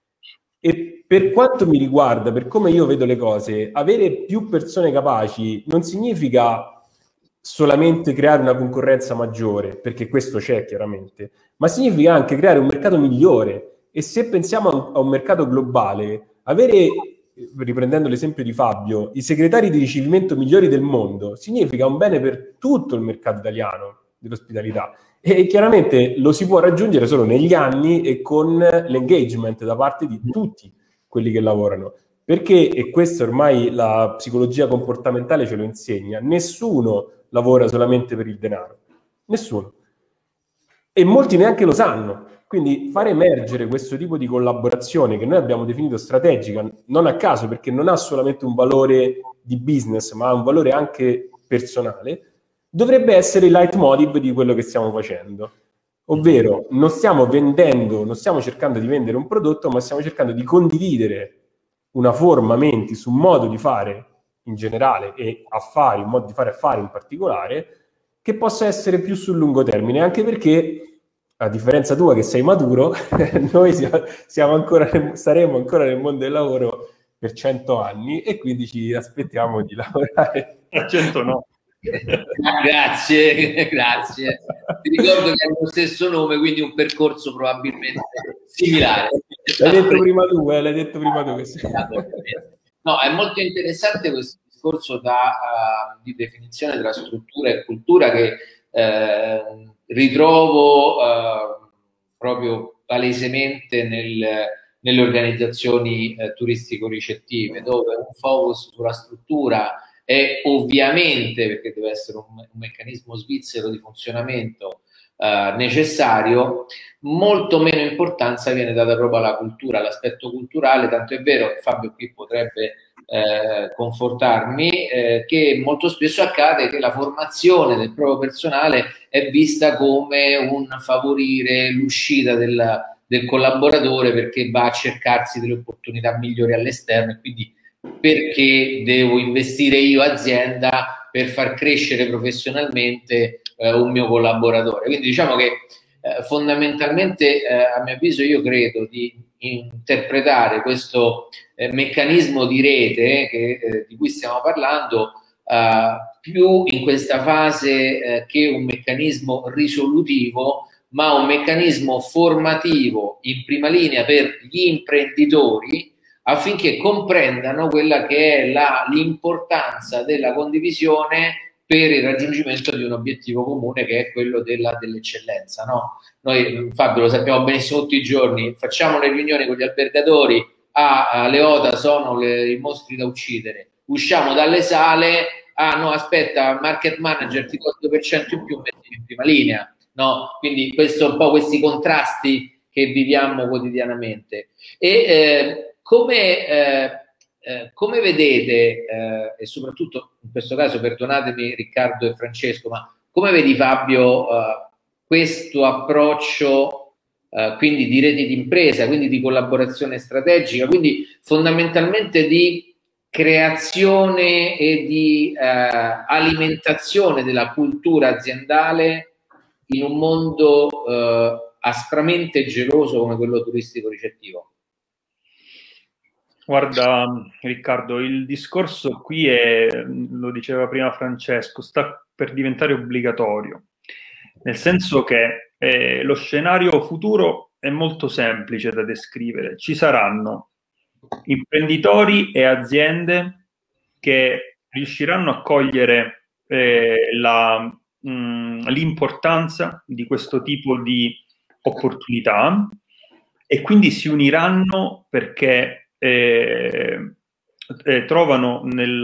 E per quanto mi riguarda, per come io vedo le cose, avere più persone capaci non significa solamente creare una concorrenza maggiore, perché questo c'è chiaramente, ma significa anche creare un mercato migliore. E se pensiamo a un mercato globale, avere, riprendendo l'esempio di Fabio, i segretari di ricevimento migliori del mondo significa un bene per tutto il mercato italiano dell'ospitalità. E chiaramente lo si può raggiungere solo negli anni e con l'engagement da parte di tutti quelli che lavorano. Perché, e questo ormai la psicologia comportamentale ce lo insegna, nessuno lavora solamente per il denaro. Nessuno. E molti neanche lo sanno. Quindi fare emergere questo tipo di collaborazione che noi abbiamo definito strategica, non a caso, perché non ha solamente un valore di business, ma ha un valore anche personale, dovrebbe essere il leitmotiv di quello che stiamo facendo. Ovvero, non stiamo cercando di vendere un prodotto, ma stiamo cercando di condividere una forma menti su un modo di fare in generale e affari, un modo di fare affari in particolare, che possa essere più sul lungo termine, anche perché, a differenza tua che sei maturo, noi saremo ancora nel mondo del lavoro per 100 anni e quindi ci aspettiamo di lavorare. 100 no. Grazie, grazie. Ti ricordo che hanno lo stesso nome, quindi un percorso probabilmente similare. L'hai detto prima tu, l'hai detto prima tu. No, è molto interessante questo discorso di definizione tra struttura e cultura che ritrovo proprio palesemente nelle organizzazioni turistico-ricettive, dove un focus sulla struttura è ovviamente, perché deve essere un meccanismo svizzero di funzionamento necessario, molto meno importanza viene data proprio alla cultura, all'aspetto culturale, tanto è vero, Fabio qui potrebbe confortarmi, che molto spesso accade che la formazione del proprio personale è vista come un favorire l'uscita del collaboratore perché va a cercarsi delle opportunità migliori all'esterno e quindi perché devo investire io azienda per far crescere professionalmente un mio collaboratore. Quindi diciamo che fondamentalmente a mio avviso io credo di interpretare questo meccanismo di rete di cui stiamo parlando più in questa fase che un meccanismo risolutivo, ma un meccanismo formativo in prima linea per gli imprenditori affinché comprendano quella che è l'importanza della condivisione per il raggiungimento di un obiettivo comune che è quello dell'eccellenza, no? Noi, Fabio, lo sappiamo benissimo tutti i giorni, facciamo le riunioni con gli albergatori, le OTA sono i mostri da uccidere, usciamo dalle sale, no aspetta, market manager ti do il 2% in più, metti in prima linea, no? Quindi questo un po' questi contrasti che viviamo quotidianamente. E come vedete, e soprattutto in questo caso perdonatemi Riccardo e Francesco, ma come vedi Fabio questo approccio quindi di reti di impresa, quindi di collaborazione strategica, quindi fondamentalmente di creazione e di alimentazione della cultura aziendale in un mondo aspramente geloso come quello turistico-ricettivo? Guarda Riccardo, il discorso qui è, lo diceva prima Francesco, sta per diventare obbligatorio, nel senso che lo scenario futuro è molto semplice da descrivere. Ci saranno imprenditori e aziende che riusciranno a cogliere l'importanza di questo tipo di opportunità e quindi si uniranno perché trovano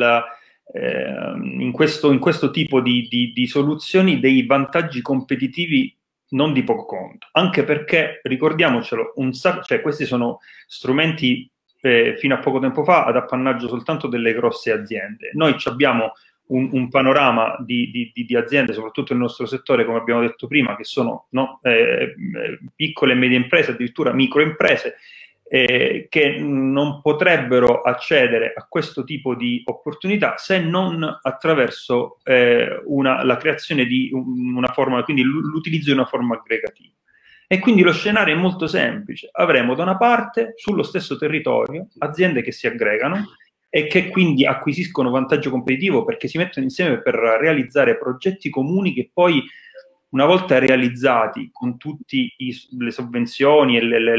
in questo tipo di soluzioni dei vantaggi competitivi non di poco conto, anche perché, ricordiamocelo, cioè questi sono strumenti fino a poco tempo fa ad appannaggio soltanto delle grosse aziende. Noi abbiamo un panorama di aziende, soprattutto nel nostro settore, come abbiamo detto prima, che sono piccole e medie imprese, addirittura microimprese, che non potrebbero accedere a questo tipo di opportunità se non attraverso la creazione di una forma, quindi l'utilizzo di una forma aggregativa. E quindi lo scenario è molto semplice. Avremo da una parte, sullo stesso territorio, aziende che si aggregano e che quindi acquisiscono vantaggio competitivo perché si mettono insieme per realizzare progetti comuni che poi, una volta realizzati con tutte le sovvenzioni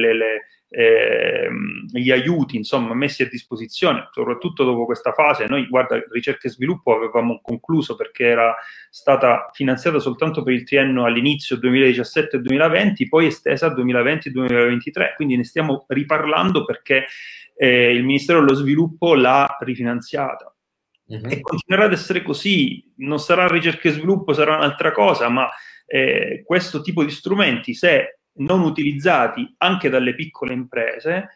e gli aiuti insomma messi a disposizione, soprattutto dopo questa fase, noi guarda ricerca e sviluppo avevamo concluso perché era stata finanziata soltanto per il triennio all'inizio 2017-2020, poi estesa 2020-2023, quindi ne stiamo riparlando perché il Ministero dello Sviluppo l'ha rifinanziata. E continuerà ad essere così, non sarà ricerca e sviluppo, sarà un'altra cosa, ma questo tipo di strumenti, se non utilizzati anche dalle piccole imprese,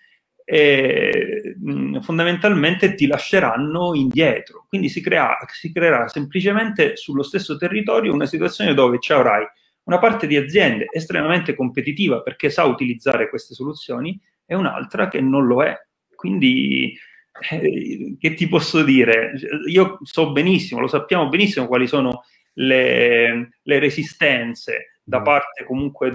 fondamentalmente ti lasceranno indietro. Quindi si creerà semplicemente sullo stesso territorio una situazione dove ci avrai una parte di aziende estremamente competitiva perché sa utilizzare queste soluzioni e un'altra che non lo è. Quindi che ti posso dire? Io so benissimo, lo sappiamo benissimo quali sono le resistenze da parte comunque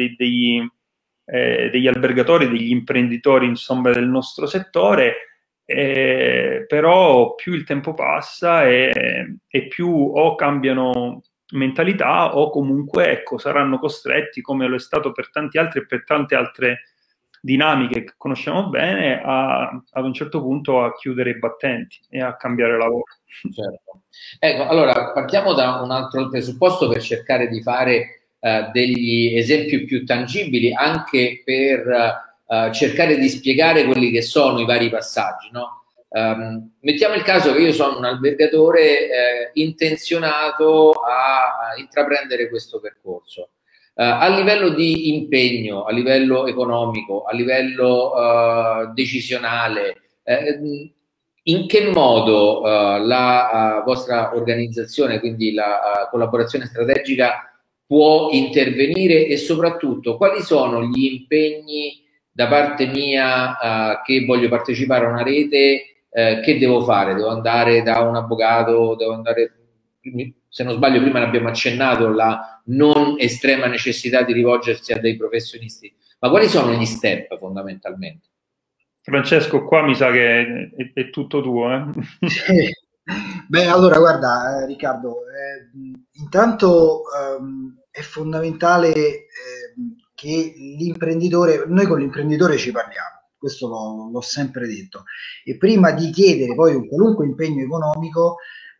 degli albergatori, degli imprenditori insomma del nostro settore, però più il tempo passa e più o cambiano mentalità o comunque, ecco, saranno costretti, come lo è stato per tanti altri e per tante altre dinamiche che conosciamo bene, ad un certo punto a chiudere i battenti e a cambiare lavoro. Certo. Ecco, allora partiamo da un altro presupposto per cercare di fare degli esempi più tangibili, anche per cercare di spiegare quelli che sono i vari passaggi, no? Mettiamo il caso che io sono un albergatore intenzionato a intraprendere questo percorso. A livello di impegno, a livello economico, a livello decisionale, in che modo la vostra organizzazione, quindi la collaborazione strategica, può intervenire, e soprattutto quali sono gli impegni da parte mia che voglio partecipare a una rete, che devo fare? Devo andare da un avvocato, devo andare, se non sbaglio prima ne abbiamo accennato, la non estrema necessità di rivolgersi a dei professionisti, ma quali sono gli step fondamentalmente? Francesco, qua mi sa che è tutto tuo, eh? Beh, allora guarda, Riccardo, intanto è fondamentale che l'imprenditore, noi con l'imprenditore ci parliamo, questo l'ho sempre detto, e prima di chiedere poi un qualunque impegno economico,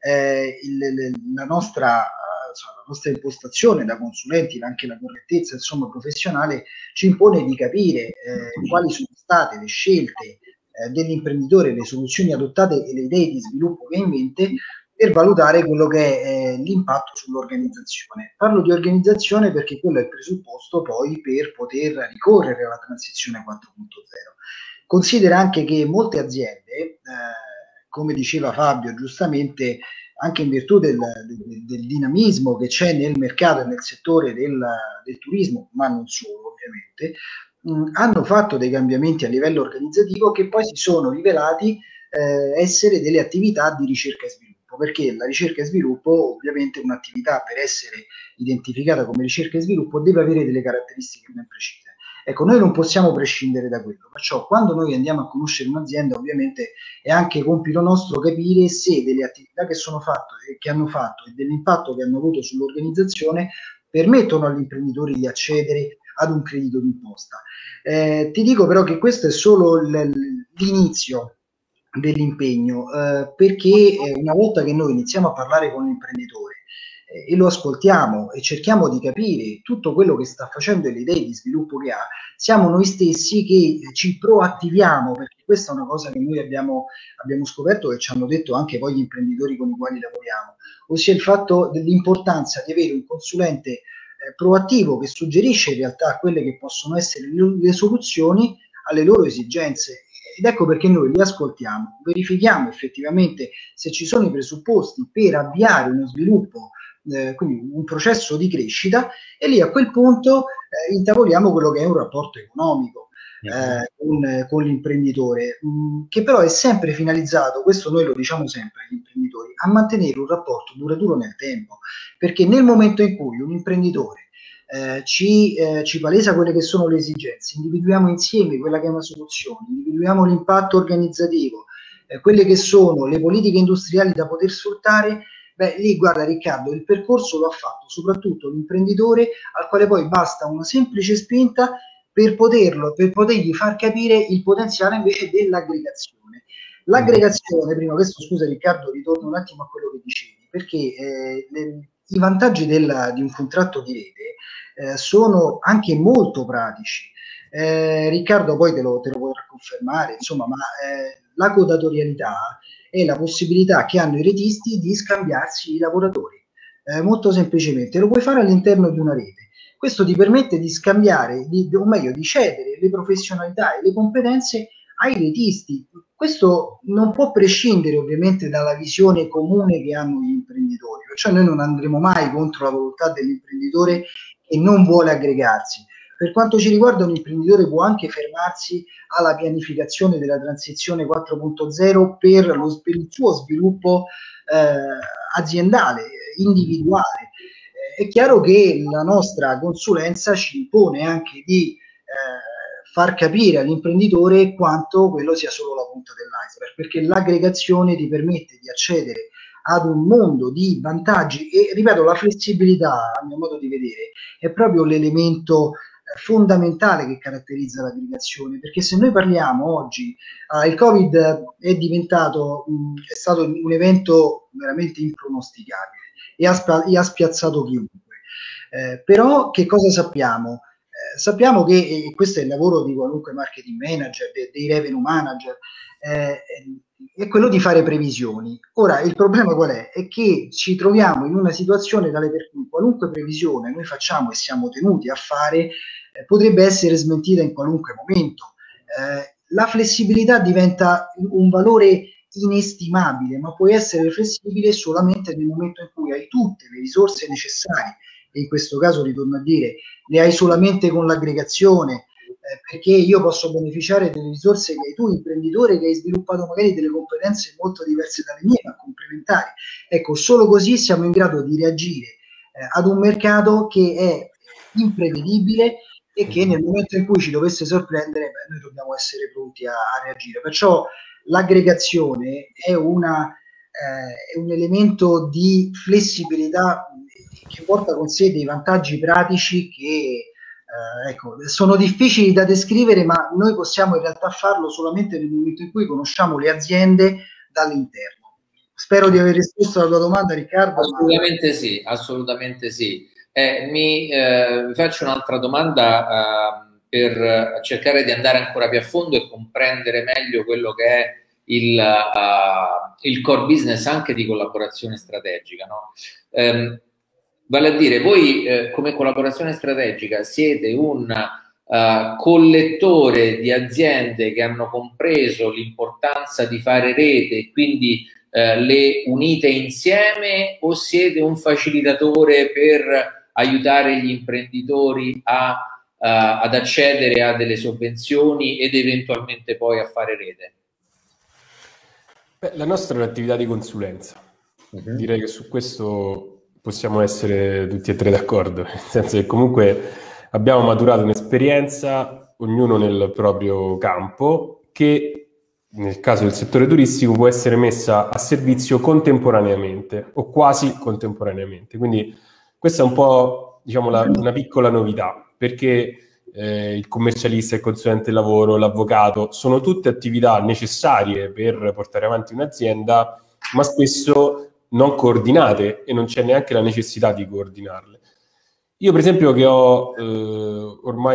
la nostra impostazione da consulenti, ma anche la correttezza insomma professionale, ci impone di capire quali sono state le scelte dell'imprenditore, le soluzioni adottate e le idee di sviluppo che ha in mente, per valutare quello che è l'impatto sull'organizzazione. Parlo di organizzazione perché quello è il presupposto poi per poter ricorrere alla transizione 4.0. Considera anche che molte aziende, come diceva Fabio giustamente, anche in virtù del dinamismo che c'è nel mercato e nel settore del turismo, ma non solo ovviamente, hanno fatto dei cambiamenti a livello organizzativo che poi si sono rivelati essere delle attività di ricerca e sviluppo, perché la ricerca e sviluppo, ovviamente un'attività per essere identificata come ricerca e sviluppo, deve avere delle caratteristiche ben precise. Ecco, noi non possiamo prescindere da quello, perciò quando noi andiamo a conoscere un'azienda, ovviamente è anche compito nostro capire se delle attività che sono fatte, che hanno fatto e dell'impatto che hanno avuto sull'organizzazione permettono agli imprenditori di accedere ad un credito d'imposta. Ti dico però che questo è solo l'inizio dell'impegno, perché una volta che noi iniziamo a parlare con l'imprenditore e lo ascoltiamo e cerchiamo di capire tutto quello che sta facendo e le idee di sviluppo che ha, siamo noi stessi che ci proattiviamo, perché questa è una cosa che noi abbiamo scoperto e ci hanno detto anche poi gli imprenditori con i quali lavoriamo, ossia il fatto dell'importanza di avere un consulente proattivo che suggerisce in realtà quelle che possono essere le soluzioni alle loro esigenze. Ed ecco perché noi li ascoltiamo, verifichiamo effettivamente se ci sono i presupposti per avviare uno sviluppo, quindi un processo di crescita, e lì a quel punto intavoliamo quello che è un rapporto economico con l'imprenditore, che però è sempre finalizzato, questo noi lo diciamo sempre agli imprenditori, a mantenere un rapporto duraturo nel tempo, perché nel momento in cui un imprenditore ci palesa quelle che sono le esigenze, individuiamo insieme quella che è una soluzione, individuiamo l'impatto organizzativo, quelle che sono le politiche industriali da poter sfruttare, beh, lì guarda Riccardo, il percorso lo ha fatto soprattutto l'imprenditore, al quale poi basta una semplice spinta per potergli far capire il potenziale invece dell'aggregazione. L'aggregazione, prima questo, scusa Riccardo, ritorno un attimo a quello che dicevi, perché i vantaggi di un contratto di rete sono anche molto pratici. Riccardo poi te lo potrà confermare, insomma, ma la codatorialità è la possibilità che hanno i retisti di scambiarsi i lavoratori. Molto semplicemente, lo puoi fare all'interno di una rete. Questo ti permette di scambiare, o meglio, di cedere le professionalità e le competenze ai retisti. Questo non può prescindere ovviamente dalla visione comune che hanno gli imprenditori, cioè noi non andremo mai contro la volontà dell'imprenditore che non vuole aggregarsi. Per quanto ci riguarda, un imprenditore può anche fermarsi alla pianificazione della transizione 4.0 per il suo sviluppo aziendale, individuale. È chiaro che la nostra consulenza ci impone anche di far capire all'imprenditore quanto quello sia solo la punta dell'iceberg, perché l'aggregazione ti permette di accedere ad un mondo di vantaggi e, ripeto, la flessibilità, a mio modo di vedere, è proprio l'elemento fondamentale che caratterizza l'aggregazione, perché se noi parliamo oggi, il Covid è stato un evento veramente impronosticabile e ha spiazzato chiunque. Però che cosa sappiamo? Sappiamo che, e questo è il lavoro di qualunque marketing manager, dei revenue manager, è quello di fare previsioni. Ora, il problema qual è? È che ci troviamo in una situazione tale per cui qualunque previsione noi facciamo e siamo tenuti a fare potrebbe essere smentita in qualunque momento. La flessibilità diventa un valore inestimabile, ma può essere flessibile solamente nel momento in cui hai tutte le risorse necessarie, e in questo caso, ritorno a dire, le hai solamente con l'aggregazione, perché io posso beneficiare delle risorse che hai tu, imprenditore, che hai sviluppato magari delle competenze molto diverse dalle mie, ma complementari. Ecco, solo così siamo in grado di reagire ad un mercato che è imprevedibile e che nel momento in cui ci dovesse sorprendere, noi dobbiamo essere pronti a reagire. Perciò l'aggregazione è un elemento di flessibilità che porta con sé dei vantaggi pratici che ecco, sono difficili da descrivere, ma noi possiamo in realtà farlo solamente nel momento in cui conosciamo le aziende dall'interno. Spero di aver risposto alla tua domanda, Riccardo. Assolutamente sì, assolutamente sì. Vi faccio un'altra domanda per cercare di andare ancora più a fondo e comprendere meglio quello che è il core business anche di collaborazione strategica, no? Vale a dire, voi come collaborazione strategica siete un collettore di aziende che hanno compreso l'importanza di fare rete e quindi le unite insieme, o siete un facilitatore per aiutare gli imprenditori ad accedere a delle sovvenzioni ed eventualmente poi a fare rete? Beh, la nostra è un'attività di consulenza. Direi che su questo possiamo essere tutti e tre d'accordo, nel senso che comunque abbiamo maturato un'esperienza, ognuno nel proprio campo, che nel caso del settore turistico può essere messa a servizio contemporaneamente o quasi contemporaneamente. Quindi questa è un po', diciamo, una piccola novità, perché il commercialista, il consulente del lavoro, l'avvocato sono tutte attività necessarie per portare avanti un'azienda, ma spesso non coordinate e non c'è neanche la necessità di coordinarle. Io per esempio, che ho ormai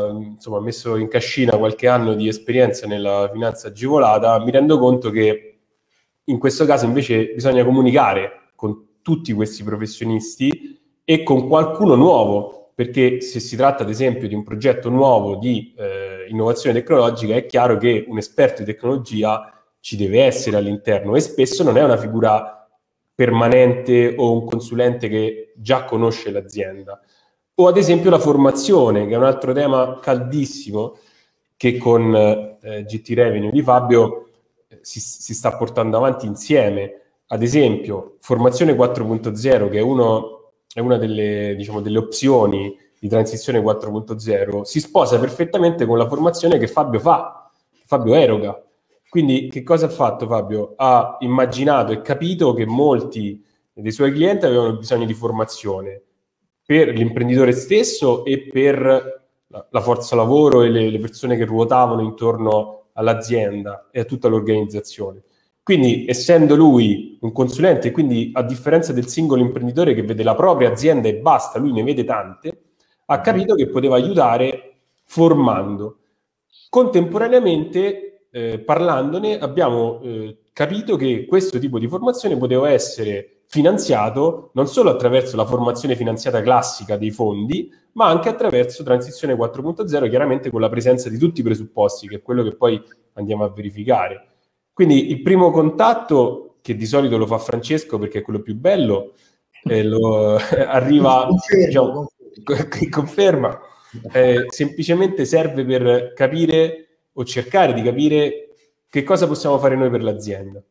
messo in cascina qualche anno di esperienza nella finanza agevolata, mi rendo conto che in questo caso invece bisogna comunicare con tutti questi professionisti e con qualcuno nuovo, perché se si tratta ad esempio di un progetto nuovo di innovazione tecnologica, è chiaro che un esperto di tecnologia ci deve essere all'interno e spesso non è una figura permanente o un consulente che già conosce l'azienda. O ad esempio la formazione, che è un altro tema caldissimo che con GT Revenue di Fabio si sta portando avanti insieme. Ad esempio, formazione 4.0, che è una delle, diciamo, delle opzioni di transizione 4.0, si sposa perfettamente con la formazione che Fabio eroga. Quindi che cosa ha fatto Fabio? Ha immaginato e capito che molti dei suoi clienti avevano bisogno di formazione per l'imprenditore stesso e per la forza lavoro e le persone che ruotavano intorno all'azienda e a tutta l'organizzazione. Quindi, essendo lui un consulente, quindi a differenza del singolo imprenditore che vede la propria azienda e basta, lui ne vede tante, ha capito che poteva aiutare formando. Contemporaneamente, parlandone, abbiamo capito che questo tipo di formazione poteva essere finanziato non solo attraverso la formazione finanziata classica dei fondi, ma anche attraverso Transizione 4.0, chiaramente con la presenza di tutti i presupposti, che è quello che poi andiamo a verificare. Quindi il primo contatto, che di solito lo fa Francesco perché è quello più bello, arriva, diciamo, conferma, semplicemente serve per capire o cercare di capire che cosa possiamo fare noi per l'azienda.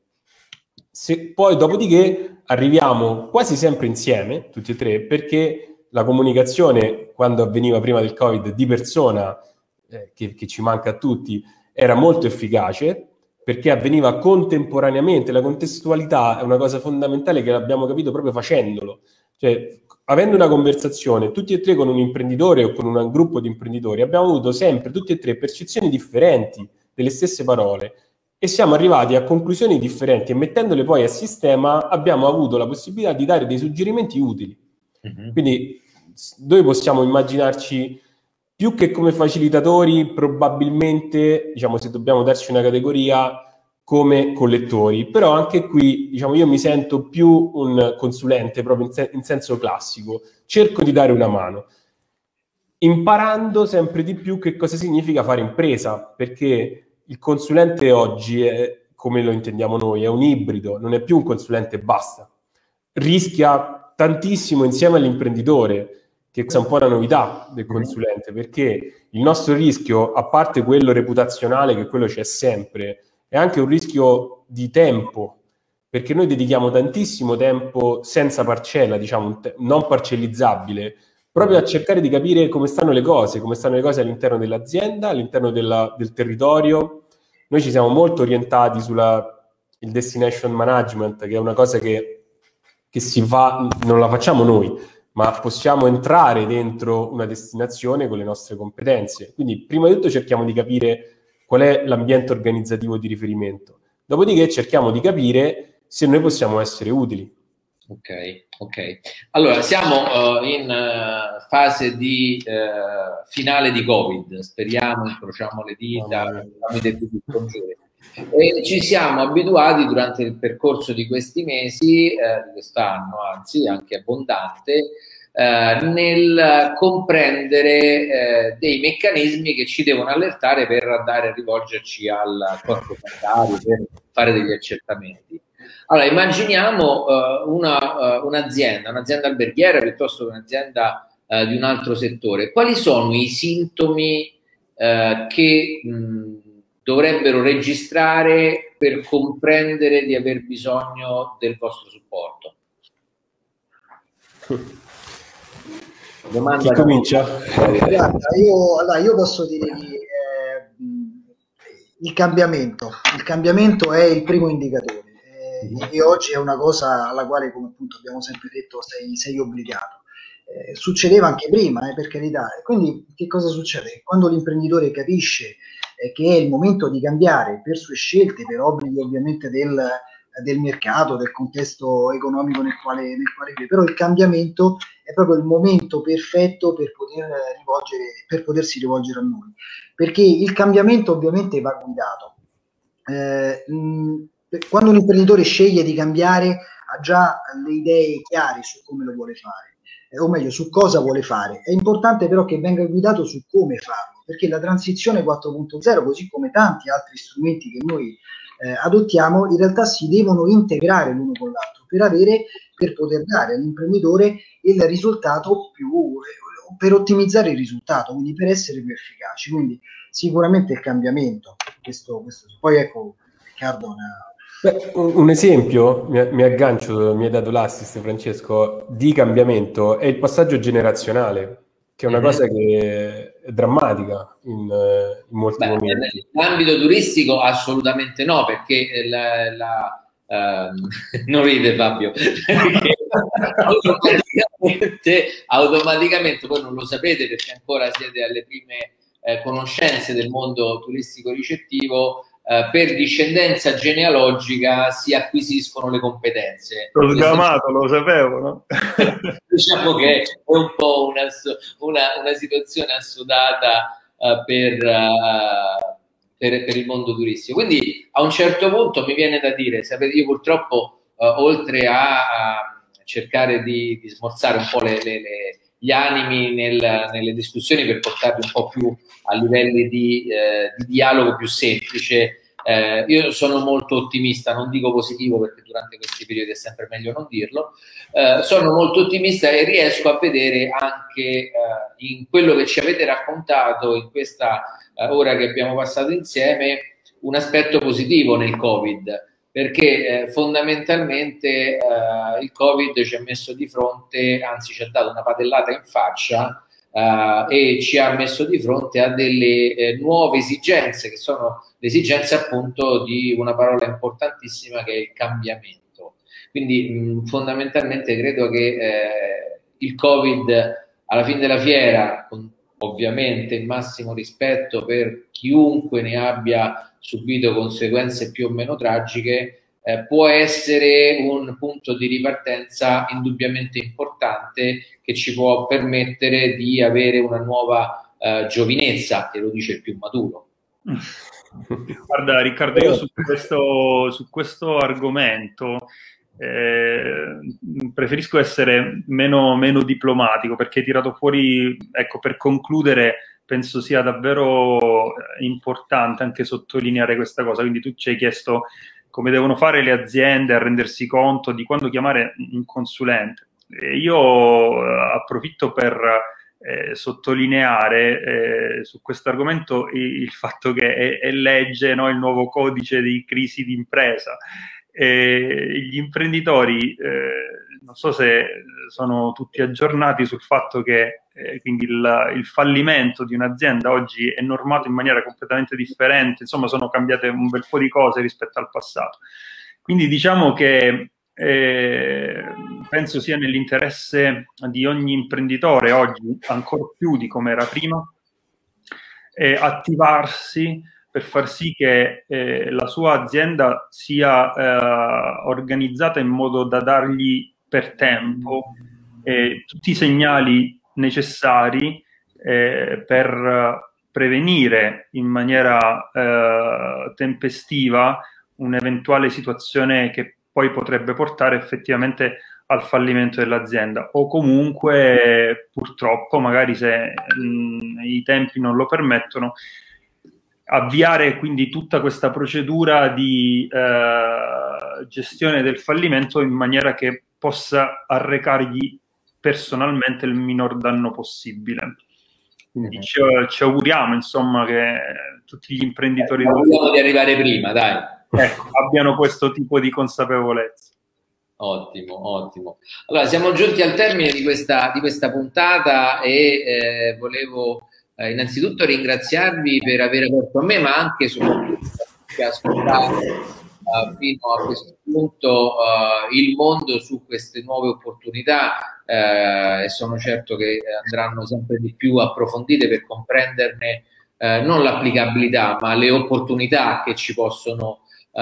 Poi dopodiché arriviamo quasi sempre insieme, tutti e tre, perché la comunicazione, quando avveniva prima del Covid, di persona che ci manca a tutti, era molto efficace, perché avveniva contemporaneamente. La contestualità è una cosa fondamentale che abbiamo capito proprio facendolo. Cioè, avendo una conversazione tutti e tre con un imprenditore o con un gruppo di imprenditori, abbiamo avuto sempre tutti e tre percezioni differenti delle stesse parole e siamo arrivati a conclusioni differenti, e mettendole poi a sistema abbiamo avuto la possibilità di dare dei suggerimenti utili. Quindi noi possiamo immaginarci, più che come facilitatori, probabilmente, diciamo, se dobbiamo darci una categoria, come collettori. Però anche qui, diciamo, io mi sento più un consulente proprio in senso classico. Cerco di dare una mano, imparando sempre di più che cosa significa fare impresa, perché il consulente oggi è, come lo intendiamo noi, è un ibrido, non è più un consulente e basta. Rischia tantissimo insieme all'imprenditore, che è un po' la novità del consulente, perché il nostro rischio, a parte quello reputazionale, che quello c'è sempre, è anche un rischio di tempo, perché noi dedichiamo tantissimo tempo senza parcella, diciamo, non parcellizzabile, proprio a cercare di capire come stanno le cose all'interno dell'azienda, all'interno del territorio. Noi ci siamo molto orientati sul destination management, che è una cosa che si fa, non la facciamo noi, ma possiamo entrare dentro una destinazione con le nostre competenze. Quindi prima di tutto cerchiamo di capire qual è l'ambiente organizzativo di riferimento. Dopodiché cerchiamo di capire se noi possiamo essere utili. Ok. Allora, siamo in fase di finale di Covid, speriamo, incrociamo le dita, e ci siamo abituati durante il percorso di questi mesi, di quest'anno, anzi anche abbondante, nel comprendere dei meccanismi che ci devono allertare per andare a rivolgerci al corpo bancario per fare degli accertamenti. Allora, immaginiamo un'azienda alberghiera piuttosto che un'azienda di un altro settore. Quali sono i sintomi che dovrebbero registrare per comprendere di aver bisogno del vostro supporto? Chi comincia? Guarda, io posso dire che il cambiamento è il primo indicatore, e oggi è una cosa alla quale, come appunto abbiamo sempre detto, sei obbligato. Succedeva anche prima, per carità. Quindi che cosa succede? Quando l'imprenditore capisce che è il momento di cambiare per sue scelte, per obblighi ovviamente del mercato, del contesto economico nel quale vive, però il cambiamento è proprio il momento perfetto per potersi rivolgere a noi, perché il cambiamento ovviamente va guidato. Quando un imprenditore sceglie di cambiare, ha già le idee chiare su come lo vuole fare, o meglio su cosa vuole fare. È importante però che venga guidato su come farlo, perché la transizione 4.0, così come tanti altri strumenti che noi adottiamo, in realtà si devono integrare l'uno con l'altro per poter dare all'imprenditore il risultato per ottimizzare il risultato, quindi per essere più efficaci. Quindi sicuramente il cambiamento, questo. Poi ecco, Riccardo, un esempio, mi aggancio, mi hai dato l'assist, Francesco, di cambiamento, è il passaggio generazionale, che è una cosa che è drammatica in molti momenti. Nell'ambito turistico assolutamente no, perché non ride Fabio, perché automaticamente, voi non lo sapete perché ancora siete alle prime conoscenze del mondo turistico ricettivo, per discendenza genealogica si acquisiscono le competenze. L'ho sgamato, lo sapevo, no? Diciamo che è un po' una situazione assodata per il mondo turistico. Quindi a un certo punto mi viene da dire, sapete, io purtroppo oltre a cercare di smorzare un po' gli animi nelle discussioni per portarli un po' più a livelli di dialogo più semplice, io sono molto ottimista, non dico positivo perché durante questi periodi è sempre meglio non dirlo, sono molto ottimista e riesco a vedere anche in quello che ci avete raccontato in questa ora che abbiamo passato insieme un aspetto positivo nel Covid, perché fondamentalmente il Covid ci ha messo di fronte, anzi ci ha dato una padellata in faccia e ci ha messo di fronte a delle nuove esigenze, che sono le esigenze appunto di una parola importantissima che è il cambiamento. Quindi fondamentalmente credo che il Covid alla fine della fiera, con ovviamente il massimo rispetto per chiunque ne abbia subito conseguenze più o meno tragiche, può essere un punto di ripartenza indubbiamente importante che ci può permettere di avere una nuova giovinezza, e lo dice il più maturo. Guarda Riccardo, io su questo argomento preferisco essere meno diplomatico, perché hai tirato fuori, ecco, per concludere, penso sia davvero importante anche sottolineare questa cosa. Quindi tu ci hai chiesto come devono fare le aziende a rendersi conto di quando chiamare un consulente. Io approfitto per sottolineare su questo argomento il fatto che è legge, no, il nuovo codice di crisi d'impresa. Gli imprenditori, non so se sono tutti aggiornati sul fatto che quindi il fallimento di un'azienda oggi è normato in maniera completamente differente, insomma sono cambiate un bel po' di cose rispetto al passato. Quindi diciamo che penso sia nell'interesse di ogni imprenditore oggi, ancora più di come era prima, attivarsi per far sì che la sua azienda sia organizzata in modo da dargli per tempo tutti i segnali necessari per prevenire in maniera tempestiva un'eventuale situazione che poi potrebbe portare effettivamente al fallimento dell'azienda, o comunque purtroppo, magari se i tempi non lo permettono, avviare quindi tutta questa procedura di gestione del fallimento in maniera che possa arrecargli personalmente il minor danno possibile. Quindi ci auguriamo, insomma, che tutti gli imprenditori di arrivare prima, dai. Ecco, abbiano questo tipo di consapevolezza. Ottimo, ottimo. Allora, siamo giunti al termine di questa puntata e volevo innanzitutto ringraziarvi per aver aperto a me, ma anche soprattutto che ascoltato fino a questo punto il mondo su queste nuove opportunità e sono certo che andranno sempre di più approfondite per comprenderne non l'applicabilità, ma le opportunità che ci possono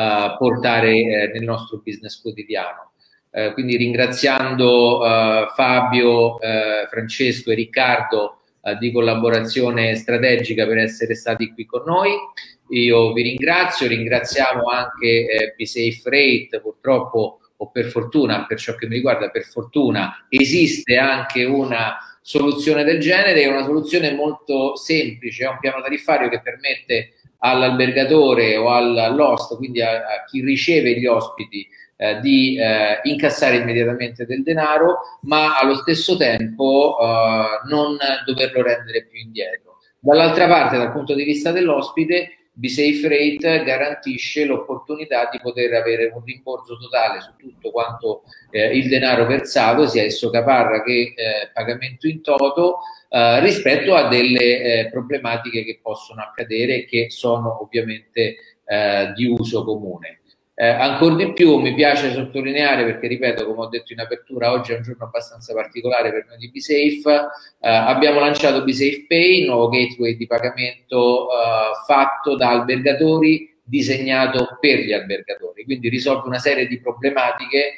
portare nel nostro business quotidiano. Quindi ringraziando Fabio, Francesco e Riccardo di Collaborazione Strategica per essere stati qui con noi. Io vi ringrazio, ringraziamo anche BSafeRate. Purtroppo, o per fortuna, per ciò che mi riguarda, per fortuna, esiste anche una soluzione del genere, è una soluzione molto semplice, è un piano tariffario che permette all'albergatore o all'host, quindi a chi riceve gli ospiti, di incassare immediatamente del denaro, ma allo stesso tempo non doverlo rendere più indietro. Dall'altra parte, dal punto di vista dell'ospite, BSafeRate garantisce l'opportunità di poter avere un rimborso totale su tutto quanto il denaro versato, sia esso caparra che pagamento in toto, rispetto a delle problematiche che possono accadere e che sono ovviamente di uso comune. Ancora di più mi piace sottolineare, perché ripeto, come ho detto in apertura, oggi è un giorno abbastanza particolare per noi di BSafe. Abbiamo lanciato BSafePay, il nuovo gateway di pagamento fatto da albergatori, disegnato per gli albergatori, quindi risolve una serie di problematiche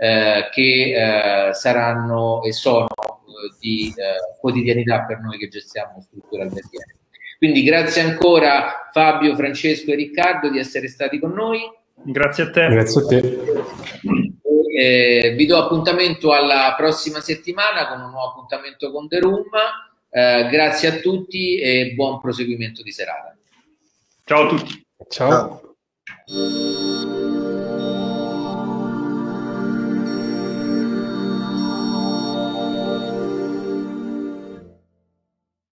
che saranno e sono di quotidianità per noi che gestiamo strutture alberghiere. Quindi grazie ancora Fabio, Francesco e Riccardo di essere stati con noi. Grazie a te. Grazie a te. Vi do appuntamento alla prossima settimana con un nuovo appuntamento con The Room. Grazie a tutti e buon proseguimento di serata. Ciao a tutti. Ciao.